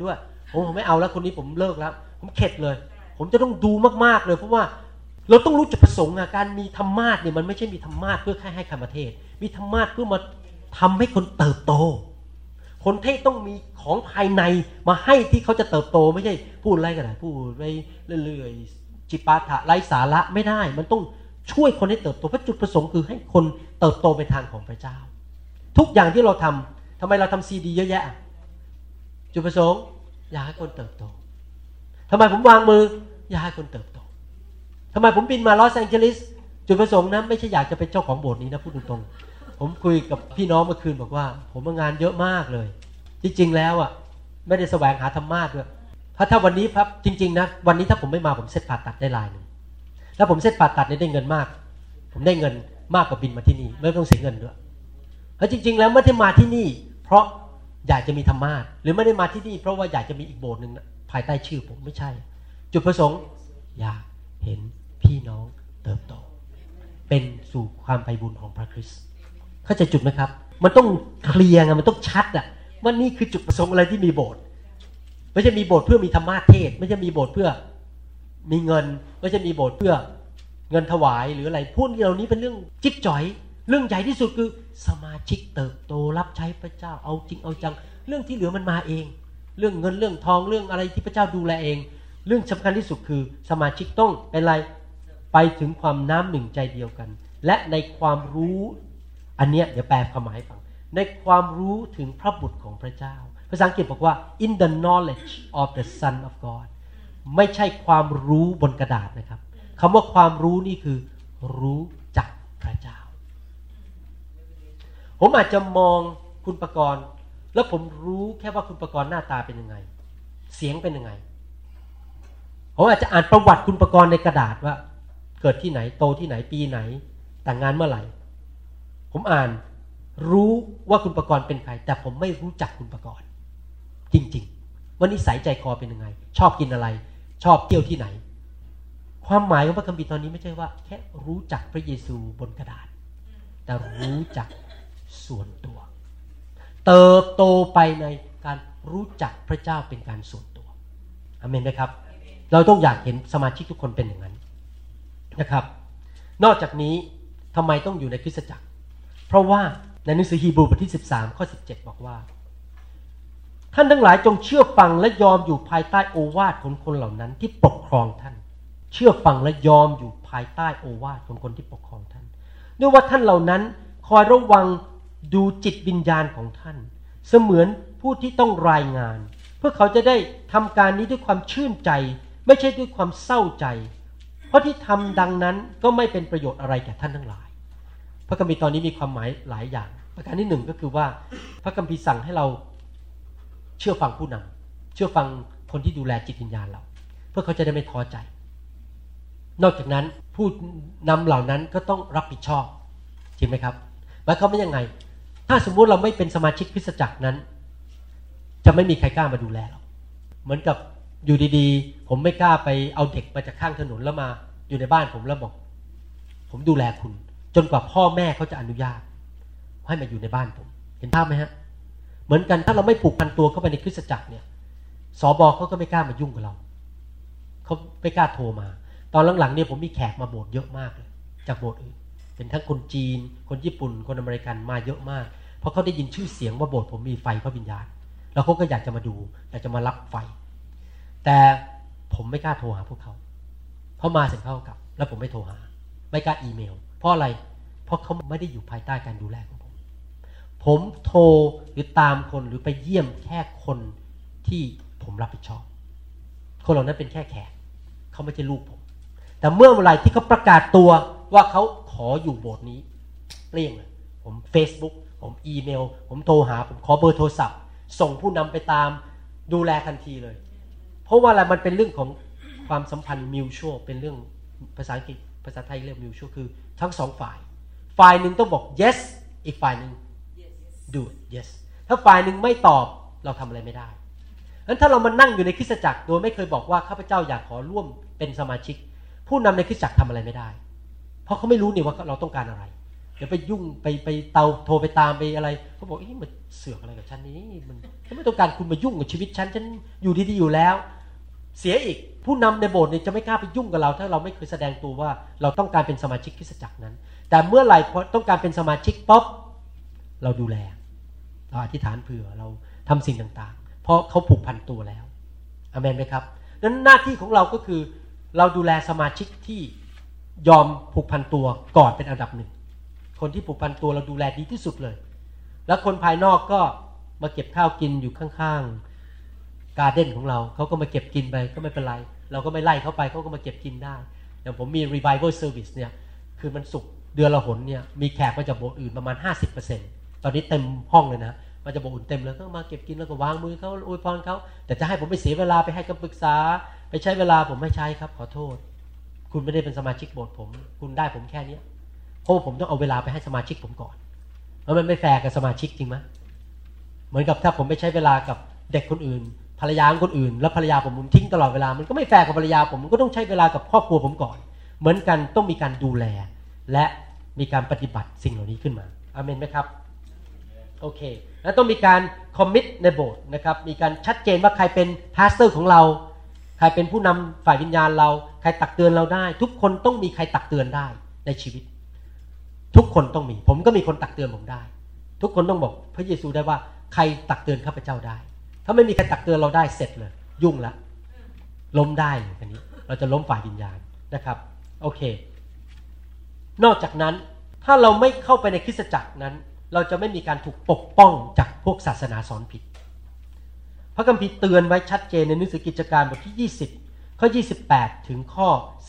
ผมไม่เอาแล้วคนนี้ผมเลิกแล้วผมเข็ดเลยผมจะต้องดูมากๆเลยเพราะว่าเราต้องรู้จุดประสงค์การมีธรรมาสเนี่ยมันไม่ใช่มีธรรมาสเพื่อให้คำเทศมีธรรมาสเพื่อมาทำให้คนเติบโตคนเทศต้องมีของภายในมาให้ที่เขาจะเติบโตไม่ใช่พูดอะไรกันนะพูดไปเรื่อยๆจิปาถะไร้สาระไม่ได้มันต้องช่วยคนให้เติบโตเพราะจุดประสงค์คือให้คนเติบโตไปทางของพระเจ้าทุกอย่างที่เราทำทำไมเราทำซีดีเยอะแยะจุดประสงค์อยากให้คนเติบโตทำไมผมวางมืออยากให้คนเติบโตทำไมผมบินมาลอสแองเจลิสจุดประสงค์นะไม่ใช่อยากจะเป็นเจ้าของโบสถ์นี้นะพูดตรงๆผมคุยกับพี่น้องเมื่อคืนบอกว่าผมงานเยอะมากเลยจริงๆแล้วไม่ได้แสวงหาธรรมะด้วยถ้าวันนี้ครับจริงๆนะวันนี้ถ้าผมไม่มาผมเซ็ตผ่าตัดได้รายนึงถ้าผมเซ็ตผ่าตัดได้เงินมากผมได้เงินมากกว่าบินมาที่นี่ไม่ต้องเสียเงินด้วยเพราะจริงๆแล้วไม่ได้มาที่นี่เพราะอยากจะมีธรรมะหรือไม่ได้มาที่นี่เพราะว่าอยากจะมีอีกโบสถ์นึงภายใต้ชื่อผมไม่ใช่จุดประสงค์อยากเห็นพี่น้องเติบโตเป็นสู่ความไพบูลย์ของพระคริสต์เข้าใจจุดไหมครับมันต้องเคลียร์มันต้องชัดว่านี่คือจุดประสงค์อะไรที่มีโบสถ์ไม่ใช่มีโบสถ์เพื่อมีธรรมะเทศไม่ใช่มีโบสถ์เพื่อมีเงินไม่ใช่มีโบสถ์เพื่อเงินถวายหรืออะไรพวกเหล่านี้เป็นเรื่องจิ๊บจ๋อยเรื่องใหญ่ที่สุดคือสมาชิกเติบโตรับใช้พระเจ้าเอาจริงเอาจังเรื่องที่เหลือมันมาเองเรื่องเงินเรื่องทองเรื่องอะไรที่พระเจ้าดูแลเองเรื่องสำคัญที่สุดคือสมาชิกต้องเป็นอะไรไปถึงความน้ำหนึ่งใจเดียวกันและในความรู้อันเนี้ยเดี๋ยวแปลความหมายให้ฟังในความรู้ถึงพระบุตรของพระเจ้าภาษาอังกฤษบอกว่า in the knowledge of the Son of God ไม่ใช่ความรู้บนกระดาษนะครับคำว่าความรู้นี่คือรู้จักพระเจ้าผมอาจจะมองคุณประกรณ์แล้วผมรู้แค่ว่าคุณประกรณ์หน้าตาเป็นยังไงเสียงเป็นยังไงผมอาจจะอ่านประวัติคุณประกรณ์ในกระดาษว่าเกิดที่ไหนโตที่ไหนปีไหนแต่งงานเมื่อไหร่ผมอ่านรู้ว่าคุณประกรณ์เป็นใครแต่ผมไม่รู้จักคุณประกรณ์จริงๆว่านิสัยใจคอเป็นยังไงชอบกินอะไรชอบเที่ยวที่ไหนความหมายของพระคัมภีร์ตอนนี้ไม่ใช่ว่าแค่รู้จักพระเยซูบนกระดาษแต่รู้จักส่วนตัวเติบโตไปในการรู้จักพระเจ้าเป็นการส่วนตัวอาเมนไหมครับเราต้องอยากเห็นสมาชิกทุกคนเป็นอย่างนั้นนะครับนอกจากนี้ทำไมต้องอยู่ในคริสตจักรเพราะว่าในหนังสือฮีบรูบทที่13ข้อ17บอกว่าท่านทั้งหลายจงเชื่อฟังและยอมอยู่ภายใต้โอวาทของคนเหล่านั้นที่ปกครองท่านเชื่อฟังและยอมอยู่ภายใต้โอวาทของคนที่ปกครองท่านด้วยว่าท่านเหล่านั้นคอยระวังดูจิตวิญญาณของท่านเสมือนผู้ที่ต้องรายงานเพื่อเขาจะได้ทำการนี้ด้วยความชื่นใจไม่ใช่ด้วยความเศร้าใจเพราะที่ทำดังนั้นก็ไม่เป็นประโยชน์อะไรแก่ท่านทั้งหลายพระคัมภีร์ตอนนี้มีความหมายหลายอย่างประการที่หนึ่งก็คือว่าพระคัมภีร์สั่งให้เราเชื่อฟังผู้นำเชื่อฟังคนที่ดูแลจิตวิญญาณเราเพื่อเขาจะได้ไม่ท้อใจนอกจากนั้นผู้นำเหล่านั้นก็ต้องรับผิดชอบจริงไหมครับหมายความว่ายังไงถ้าสมมุติเราไม่เป็นสมาชิกคริสตจักรนั้นจะไม่มีใครกล้ามาดูแลเราเหมือนกับอยู่ดีๆผมไม่กล้าไปเอาเด็กมาจากข้างถนนแล้วมาอยู่ในบ้านผมแล้วบอกผมดูแลคุณจนกว่าพ่อแม่เขาจะอนุญาตให้มาอยู่ในบ้านผมเห็นภาพไหมฮะเหมือนกันถ้าเราไม่ผูกพันตัวเข้าไปในคริสตจักรเนี่ยสบเขาก็ไม่กล้ามายุ่งกับเราเขาไม่กล้าโทรมาตอนหลังๆเนี่ยผมมีแขกมาโบสถ์เยอะมากเลยจากโบสถ์อื่นเป็นทั้งคนจีนคนญี่ปุ่นคนอเมริกันมาเยอะมากเพราะเขาได้ยินชื่อเสียงว่าโบสถ์ผมมีไฟพระวิญญาณแล้วเขาก็อยากจะมาดูอยากจะมารับไฟแต่ผมไม่กล้าโทรหาพวกเขาเพราะมาเสร็จเข้ากลับแล้วผมไม่โทรหาไม่กล้าอีเมลเพราะอะไรเพราะเขาไม่ได้อยู่ภายใต้การดูแลของผมโทรหรือตามคนหรือไปเยี่ยมแค่คนที่ผมรับผิดชอบคนเหล่านั้นเป็นแค่แขกเขาไม่ใช่ลูกผมแต่เมื่อเวลาที่เขาประกาศตัวว่าเขาขออยู่โบสถ์นี้เปลี่ยงเลยผม Facebook ผมอีเมลผมโทรหาผมขอเบอร์โทรศัพท์ส่งผู้นำไปตามดูแลทันทีเลยเพราะว่าอะไรมันเป็นเรื่องของความสัมพันธ์มิวชัวเป็นเรื่องภาษาอังกฤษภาษาไทยเรียกมิวชัวคือทั้งสองฝ่ายหนึ่งต้องบอก yes อีกฝ่ายหนึ่ง do it yes ถ้าฝ่ายหนึ่งไม่ตอบเราทำอะไรไม่ได้งั้นถ้าเรามานั่งอยู่ในคริสตจักรโดยไม่เคยบอกว่าข้าพเจ้าอยากขอร่วมเป็นสมาชิกผู้นำในคริสตจักรทำอะไรไม่ได้เพราะเขาไม่รู้นี่ว่าเราต้องการอะไรดี๋ยวไปยุ่งไปโทรไปตามไปอะไรเขาบอกมันเสือกอะไรกับฉันนี่มันไม่ต้องการคุณมายุ่งกับชีวิตฉันอยู่ดีๆอยู่แล้วเสียอีกผู้นำในโบสถ์เนี่ยจะไม่กล้าไปยุ่งกับเราถ้าเราไม่เคยแสดงตัวว่าเราต้องการเป็นสมาชิกคริสตจักรนั้นแต่เมื่อไหร่พอต้องการเป็นสมาชิกป๊อปเราดูแลเราอธิษฐานเผื่อเราทำสิ่งต่างๆเพราะเขาผูกพันตัวแล้วอาเมนไหมครับนั้นหน้าที่ของเราก็คือเราดูแลสมาชิกที่ยอมผูกพันตัวก่อนเป็นอันดับหนึ่งคนที่ผูกพันตัวเราดูแลดีที่สุดเลยแล้วคนภายนอกก็มาเก็บข้าวกินอยู่ข้างๆการ์เด้นของเราเขาก็มาเก็บกินไปก็ไม่เป็นไรเราก็ไม่ไล่เขาไปเขาก็มาเก็บกินได้อย่างผมมี Revival Service เนี่ยคือมันศุกร์เดือนละหนเนี่ยมีแขกมาจากโบสถ์อื่นประมาณ 50% ตอนนี้เต็มห้องเลยนะมาจากโบสถ์อื่นเต็มเลยก็มาเก็บกินแล้วก็วางมือเขาอวยพรเขาแต่จะให้ผมไปเสียเวลาไปให้คำปรึกษาไปใช้เวลาผมไม่ใช้ครับขอโทษคุณไม่ได้เป็นสมาชิกโบสถ์ผมคุณได้ผมแค่นี้เพราะผมต้องเอาเวลาไปให้สมาชิกผมก่อนแล้วมันไม่แฟร์กับสมาชิกจริงไหมเหมือนกับถ้าผมไปใช้เวลากับเด็กคนอื่นภรรยาคนอื่นแล้วภรรยาผมทิ้งตลอดเวลามันก็ไม่แฟร์กับภรรยาผมก็ต้องใช้เวลากับครอบครัวผมก่อนเหมือนกันต้องมีการดูแลและมีการปฏิบัติสิ่งเหล่านี้ขึ้นมาอาเมนไหมครับโอเคแล้วต้องมีการคอมมิตในโบสถ์นะครับมีการชัดเจนว่าใครเป็นพาสเตอร์ของเราใครเป็นผู้นำฝ่ายวิญญาณเราใครตักเตือนเราได้ทุกคนต้องมีใครตักเตือนได้ในชีวิตทุกคนต้องมีผมก็มีคนตักเตือนผมได้ทุกคนต้องบอกพระเยซูได้ว่าใครตักเตือนข้าพเจ้าได้ถ้าไม่มีใครตักเตือนเราได้เสร็จเลยยุ่งละล้มได้เลยทีนี้เราจะล้มฝ่ายวิญญาณนะครับโอเคนอกจากนั้นถ้าเราไม่เข้าไปในคริสตจักรนั้นเราจะไม่มีการถูกปกป้องจากพวกศาสนาสอนผิดพระคัมภีร์เตือนไว้ชัดเจนในหนังสือกิจการบทที่20ข้อ28ถึงข้อ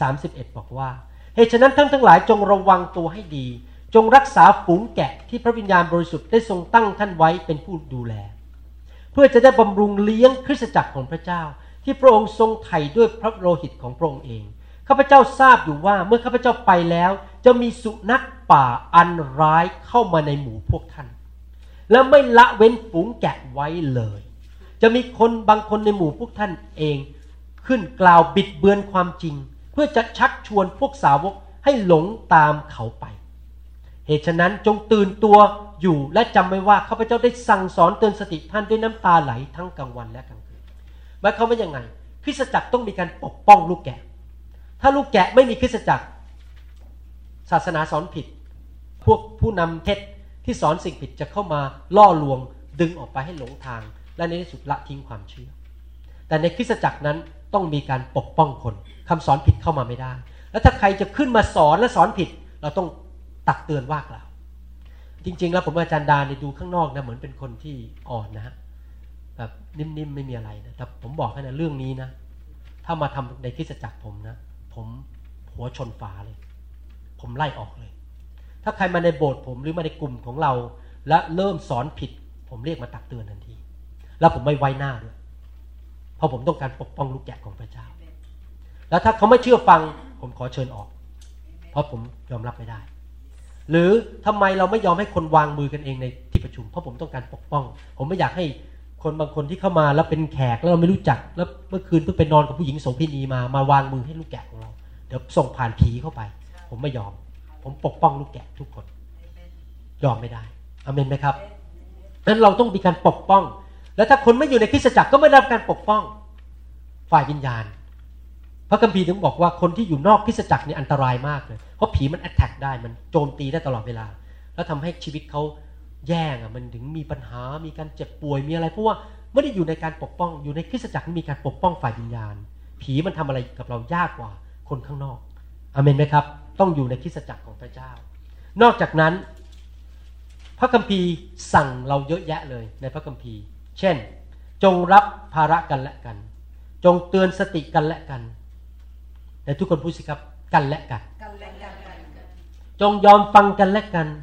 31บอกว่าเหตุฉะนั้นท่านทั้งหลายจงระวังตัวให้ดีจงรักษาฝูงแกะที่พระวิญญาณบริสุทธิ์ได้ทรงตั้งท่านไว้เป็นผู้ดูแลเพื่อจะได้บำรุงเลี้ยงคริสตจักรของพระเจ้าที่พระองค์ทรงไถ่ด้วยพระโลหิตของพระองค์เองข้าพเจ้าทราบอยู่ว่าเมื่อข้าพเจ้าไปแล้วจะมีสุนัขป่าอันร้ายเข้ามาในหมู่พวกท่านและไม่ละเว้นฝูงแกะไว้เลยจะมีคนบางคนในหมู่พวกท่านเองขึ้นกล่าวบิดเบือนความจริงเพื่อจะชักชวนพวกสาวกให้หลงตามเขาไปเหตุฉะนั้นจงตื่นตัวอยู่และจำไว้ว่าข้าพเจ้าได้สั่งสอนเตือนสติท่านด้วยน้ำตาไหลทั้งกลางวันและกลางคืนหมายความว่ายังไงคริสตจักรต้องมีการปกป้องลูกแกะถ้าลูกแกะไม่มีคริสตจักรศาสนาสอนผิดพวกผู้นำเท็จที่สอนสิ่งผิดจะเข้ามาล่อลวงดึงออกไปให้หลงทางและในที่สุดละทิ้งความเชื่อแต่ในคริสตจักรนั้นต้องมีการปกป้องคนคำสอนผิดเข้ามาไม่ได้แล้วถ้าใครจะขึ้นมาสอนและสอนผิดเราต้องตักเตือนว่ากล่าวจริงๆแล้วผมอาจารย์ดาเนี่ยดูข้างนอกนะเหมือนเป็นคนที่อ่อนนะฮะแบบนิ่มๆไม่มีอะไรนะแต่ผมบอกให้นะเรื่องนี้นะถ้ามาทำในคริสตจักรผมนะผมหัวชนฝาเลยผมไล่ออกเลยถ้าใครมาในโบสถ์ผมหรือมาในกลุ่มของเราและเริ่มสอนผิดผมเรียกมาตักเตือนทันทีแล้วผมไม่ไว้หน้าด้วยเพราะผมต้องการปกป้องลูกแกะของพระเจ้าแล้วถ้าเขาไม่เชื่อฟังผมขอเชิญออกเพราะผมยอมรับไม่ได้หรือทำไมเราไม่ยอมให้คนวางมือกันเองในที่ประชุมเพราะผมต้องการปกป้องผมไม่อยากให้คนบางคนที่เข้ามาแล้วเป็นแขกแล้วเราไม่รู้จักแล้วเมื่อคืนเพิ่งไปนอนกับผู้หญิงโสเภณีมาวางมือให้ลูกแกะของเราเดี๋ยวส่งผ่านผีเข้าไปผมไม่ยอมผมปกป้องลูกแกะทุกคนยอมไม่ได้อาเมนไหมครับนั้นเราต้องมีการปกป้องแล้วถ้าคนไม่อยู่ในคริสตจักรก็ไม่ได้รับการปกป้องฝ่ายวิญญาณพระคัมภีร์ถึงบอกว่าคนที่อยู่นอกคริสตจักรนี่อันตรายมากเลยเพราะผีมันแอตแทกได้มันโจมตีได้ตลอดเวลาแล้วทำให้ชีวิตเขาแย่มันถึงมีปัญหามีการเจ็บป่วยมีอะไรเพราะว่าไม่ได้อยู่ในการปกป้องอยู่ในคริสตจักรมีการปกป้องฝ่ายวิญญาณผีมันทำอะไรกับเรายากกว่าคนข้างนอกอาเมนไหมครับต้องอยู่ในคริสตจักรของพระเจ้านอกจากนั้นพระคัมภีร์สั่งเราเยอะแยะเลยในพระคัมภีร์เช่นจงรับภาระกันและกันจงเตือนสติกันและกันแต่ทุกคนพูดสิครับกันและกันจงยอมฟังกันและกัน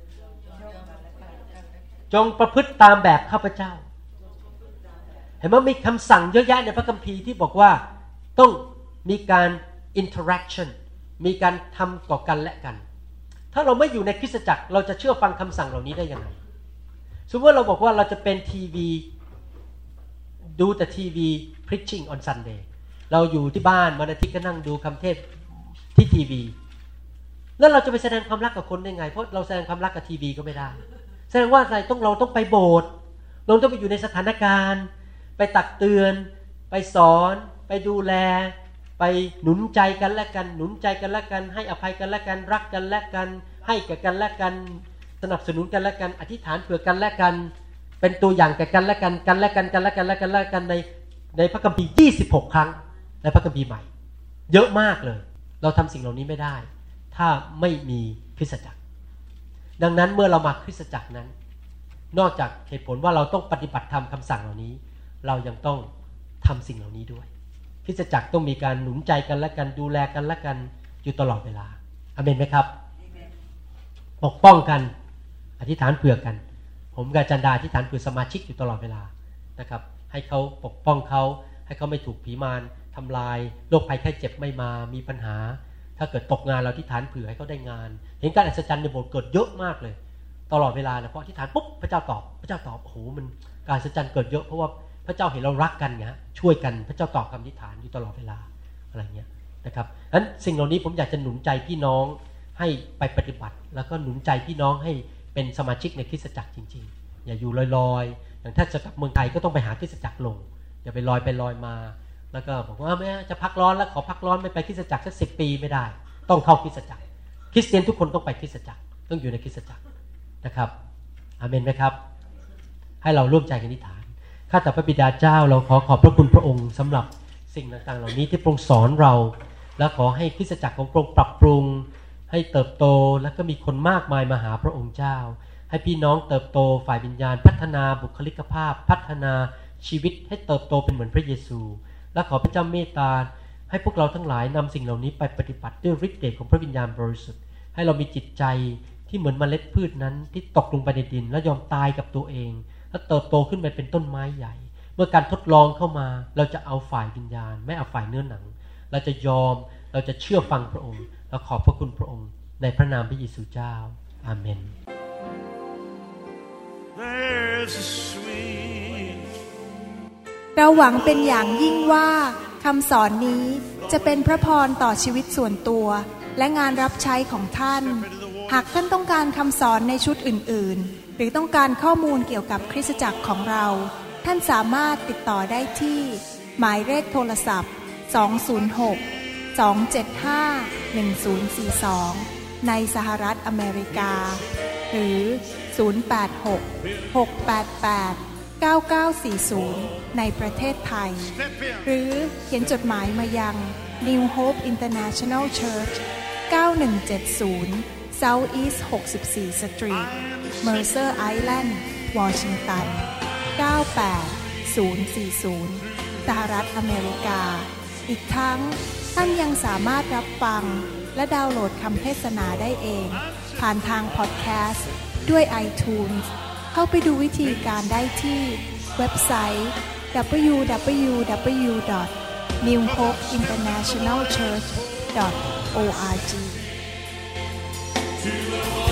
จงประพฤติตามแบบข้าพเจ้าเห็นไหมมีคำสั่งเยอะแยะในพระคัมภีร์ที่บอกว่าต้องมีการ interaction มีการทำต่อกันและกันถ้าเราไม่อยู่ในคริสตจักรเราจะเชื่อฟังคำสั่งเหล่านี้ได้ยังไงสมมติว่าเราบอกว่าเราจะเป็นทีวีดูแต่ทีวี preaching on Sunday เราอยู่ที่บ้านวันอาทิตย์ก็นั่งดูคำเทศน์ที่ทีวีแล้วเราจะไปแสดงความรักกับคนได้ไงเพราะเราแสดงความรักกับทีวีก็ไม่ได้แสดงว่าอะไรเราต้องไปโบสถ์เราต้องไปอยู่ในสถานการณ์ไปตักเตือนไปสอนไปดูแลไปหนุนใจกันและกันหนุนใจกันและกันให้อภัยกันและกันรักกันและกันให้แก่กันและกันสนับสนุนกันและกันอธิษฐานเผื่อกันและกันเป็นตัวอย่างแก่กันและกันกันและกันกันและกันและกันและกันในพระคัมภีร์26ครั้งในพระคัมภีร์ใหม่เยอะมากเลยเราทำสิ่งเหล่านี้ไม่ได้ถ้าไม่มีคริสตจักรดังนั้นเมื่อเรามาคริสตจักรนั้นนอกจากเหตุผลว่าเราต้องปฏิบัติธรรมคำสั่งเหล่านี้เรายังต้องทำสิ่งเหล่านี้ด้วยคริสตจักรต้องมีการหนุนใจกันและกันดูแลกันและกันอยู่ตลอดเวลาอาเมนไหมครับปกป้องกันอธิษฐานเผื่อกันผมกับจันดาอธิษฐานเผื่อสมาชิกอยู่ตลอดเวลานะครับให้เขาปกป้องเขาให้เขาไม่ถูกผีมารทำลายโรคภัยไข้เจ็บไม่มามีปัญหาถ้าเกิดตกงานเราอธิษฐานเผื่อให้เขาได้งานเห็นการอัศจรรย์ในโบสถ์เกิดเยอะมากเลยตลอดเวลานะเพราะอธิษฐานปุ๊บพระเจ้าตอบโอ้โหมันการอัศจรรย์เกิดเยอะเพราะว่าพระเจ้าเห็นเรารักกันไงช่วยกันพระเจ้าตอบคำอธิษฐานอยู่ตลอดเวลาอะไรเงี้ยนะครับงั้นสิ่งเหล่านี้ผมอยากจะหนุนใจพี่น้องให้ไปปฏิบัติแล้วก็หนุนใจพี่น้องให้เป็นสมาชิกในคริสตจักรจริงๆอย่าอยู่ลอยๆอย่างถ้าจะกลับเมืองไทยก็ต้องไปหาคริสตจักรลงอย่าไปลอยไปลอยมาแล้วก็บอกว่าแม่จะพักร้อนแล้วขอพักร้อนไม่ไปคริสตจักรสัก10 ปีไม่ได้ต้องเข้าคริสตจักรคริสเตียนทุกคนต้องไปคริสตจักรต้องอยู่ในคริสตจักรนะครับอาเมนไหมครับให้เราร่วมใจกันอธิษฐานข้าแต่พระบิดาเจ้าเราขอบพระคุณพระองค์สำหรับสิ่งต่างๆเหล่านี้ที่พระองค์สอนเราและขอให้คริสตจักรของพระองค์ปรับปรุงให้เติบโตและก็มีคนมากมายมาหาพระองค์เจ้าให้พี่น้องเติบโตฝ่ายวิญญาณพัฒนาบุคลิกภาพพัฒนาชีวิตให้เติบโตเป็นเหมือนพระเยซูและขอพระเจ้าเมตตาให้พวกเราทั้งหลายนำสิ่งเหล่านี้ไปปฏิบัติด้วยฤทธิ์เดชของพระวิญญาณบริสุทธิ์ให้เรามีจิตใจที่เหมือนเมล็ดพืชนั้นที่ตกลงไปในดินและยอมตายกับตัวเองและเติบโตขึ้นไปเป็นต้นไม้ใหญ่เมื่อการทดลองเข้ามาเราจะเอาฝ่ายวิญญาณไม่เอาฝ่ายเนื้อหนังเราจะยอมเราจะเชื่อฟังพระองค์และขอบพระคุณพระองค์ในพระนามพระเยซูเจ้าอาเมนเราหวังเป็นอย่างยิ่งว่าคำสอนนี้จะเป็นพระพรต่อชีวิตส่วนตัวและงานรับใช้ของท่านหากท่านต้องการคำสอนในชุดอื่นๆหรือต้องการข้อมูลเกี่ยวกับคริสตจักรของเราท่านสามารถติดต่อได้ที่หมายเลขโทรศัพท์206-275-1042ในสหรัฐอเมริกาหรือ086-688-9940ในประเทศไทยหรือเขียนจดหมายมายัง New Hope International Church 9170 South East 64 Street Mercer Island Washington 98040 สหรัฐอเมริกาอีกทั้งท่านยังสามารถรับฟังและดาวน์โหลดคำเทศนาได้เองผ่านทางพอดแคสต์ด้วย iTunes เข้าไปดูวิธีการได้ที่เว็บไซต์ www.newhopeinternationalchurch.org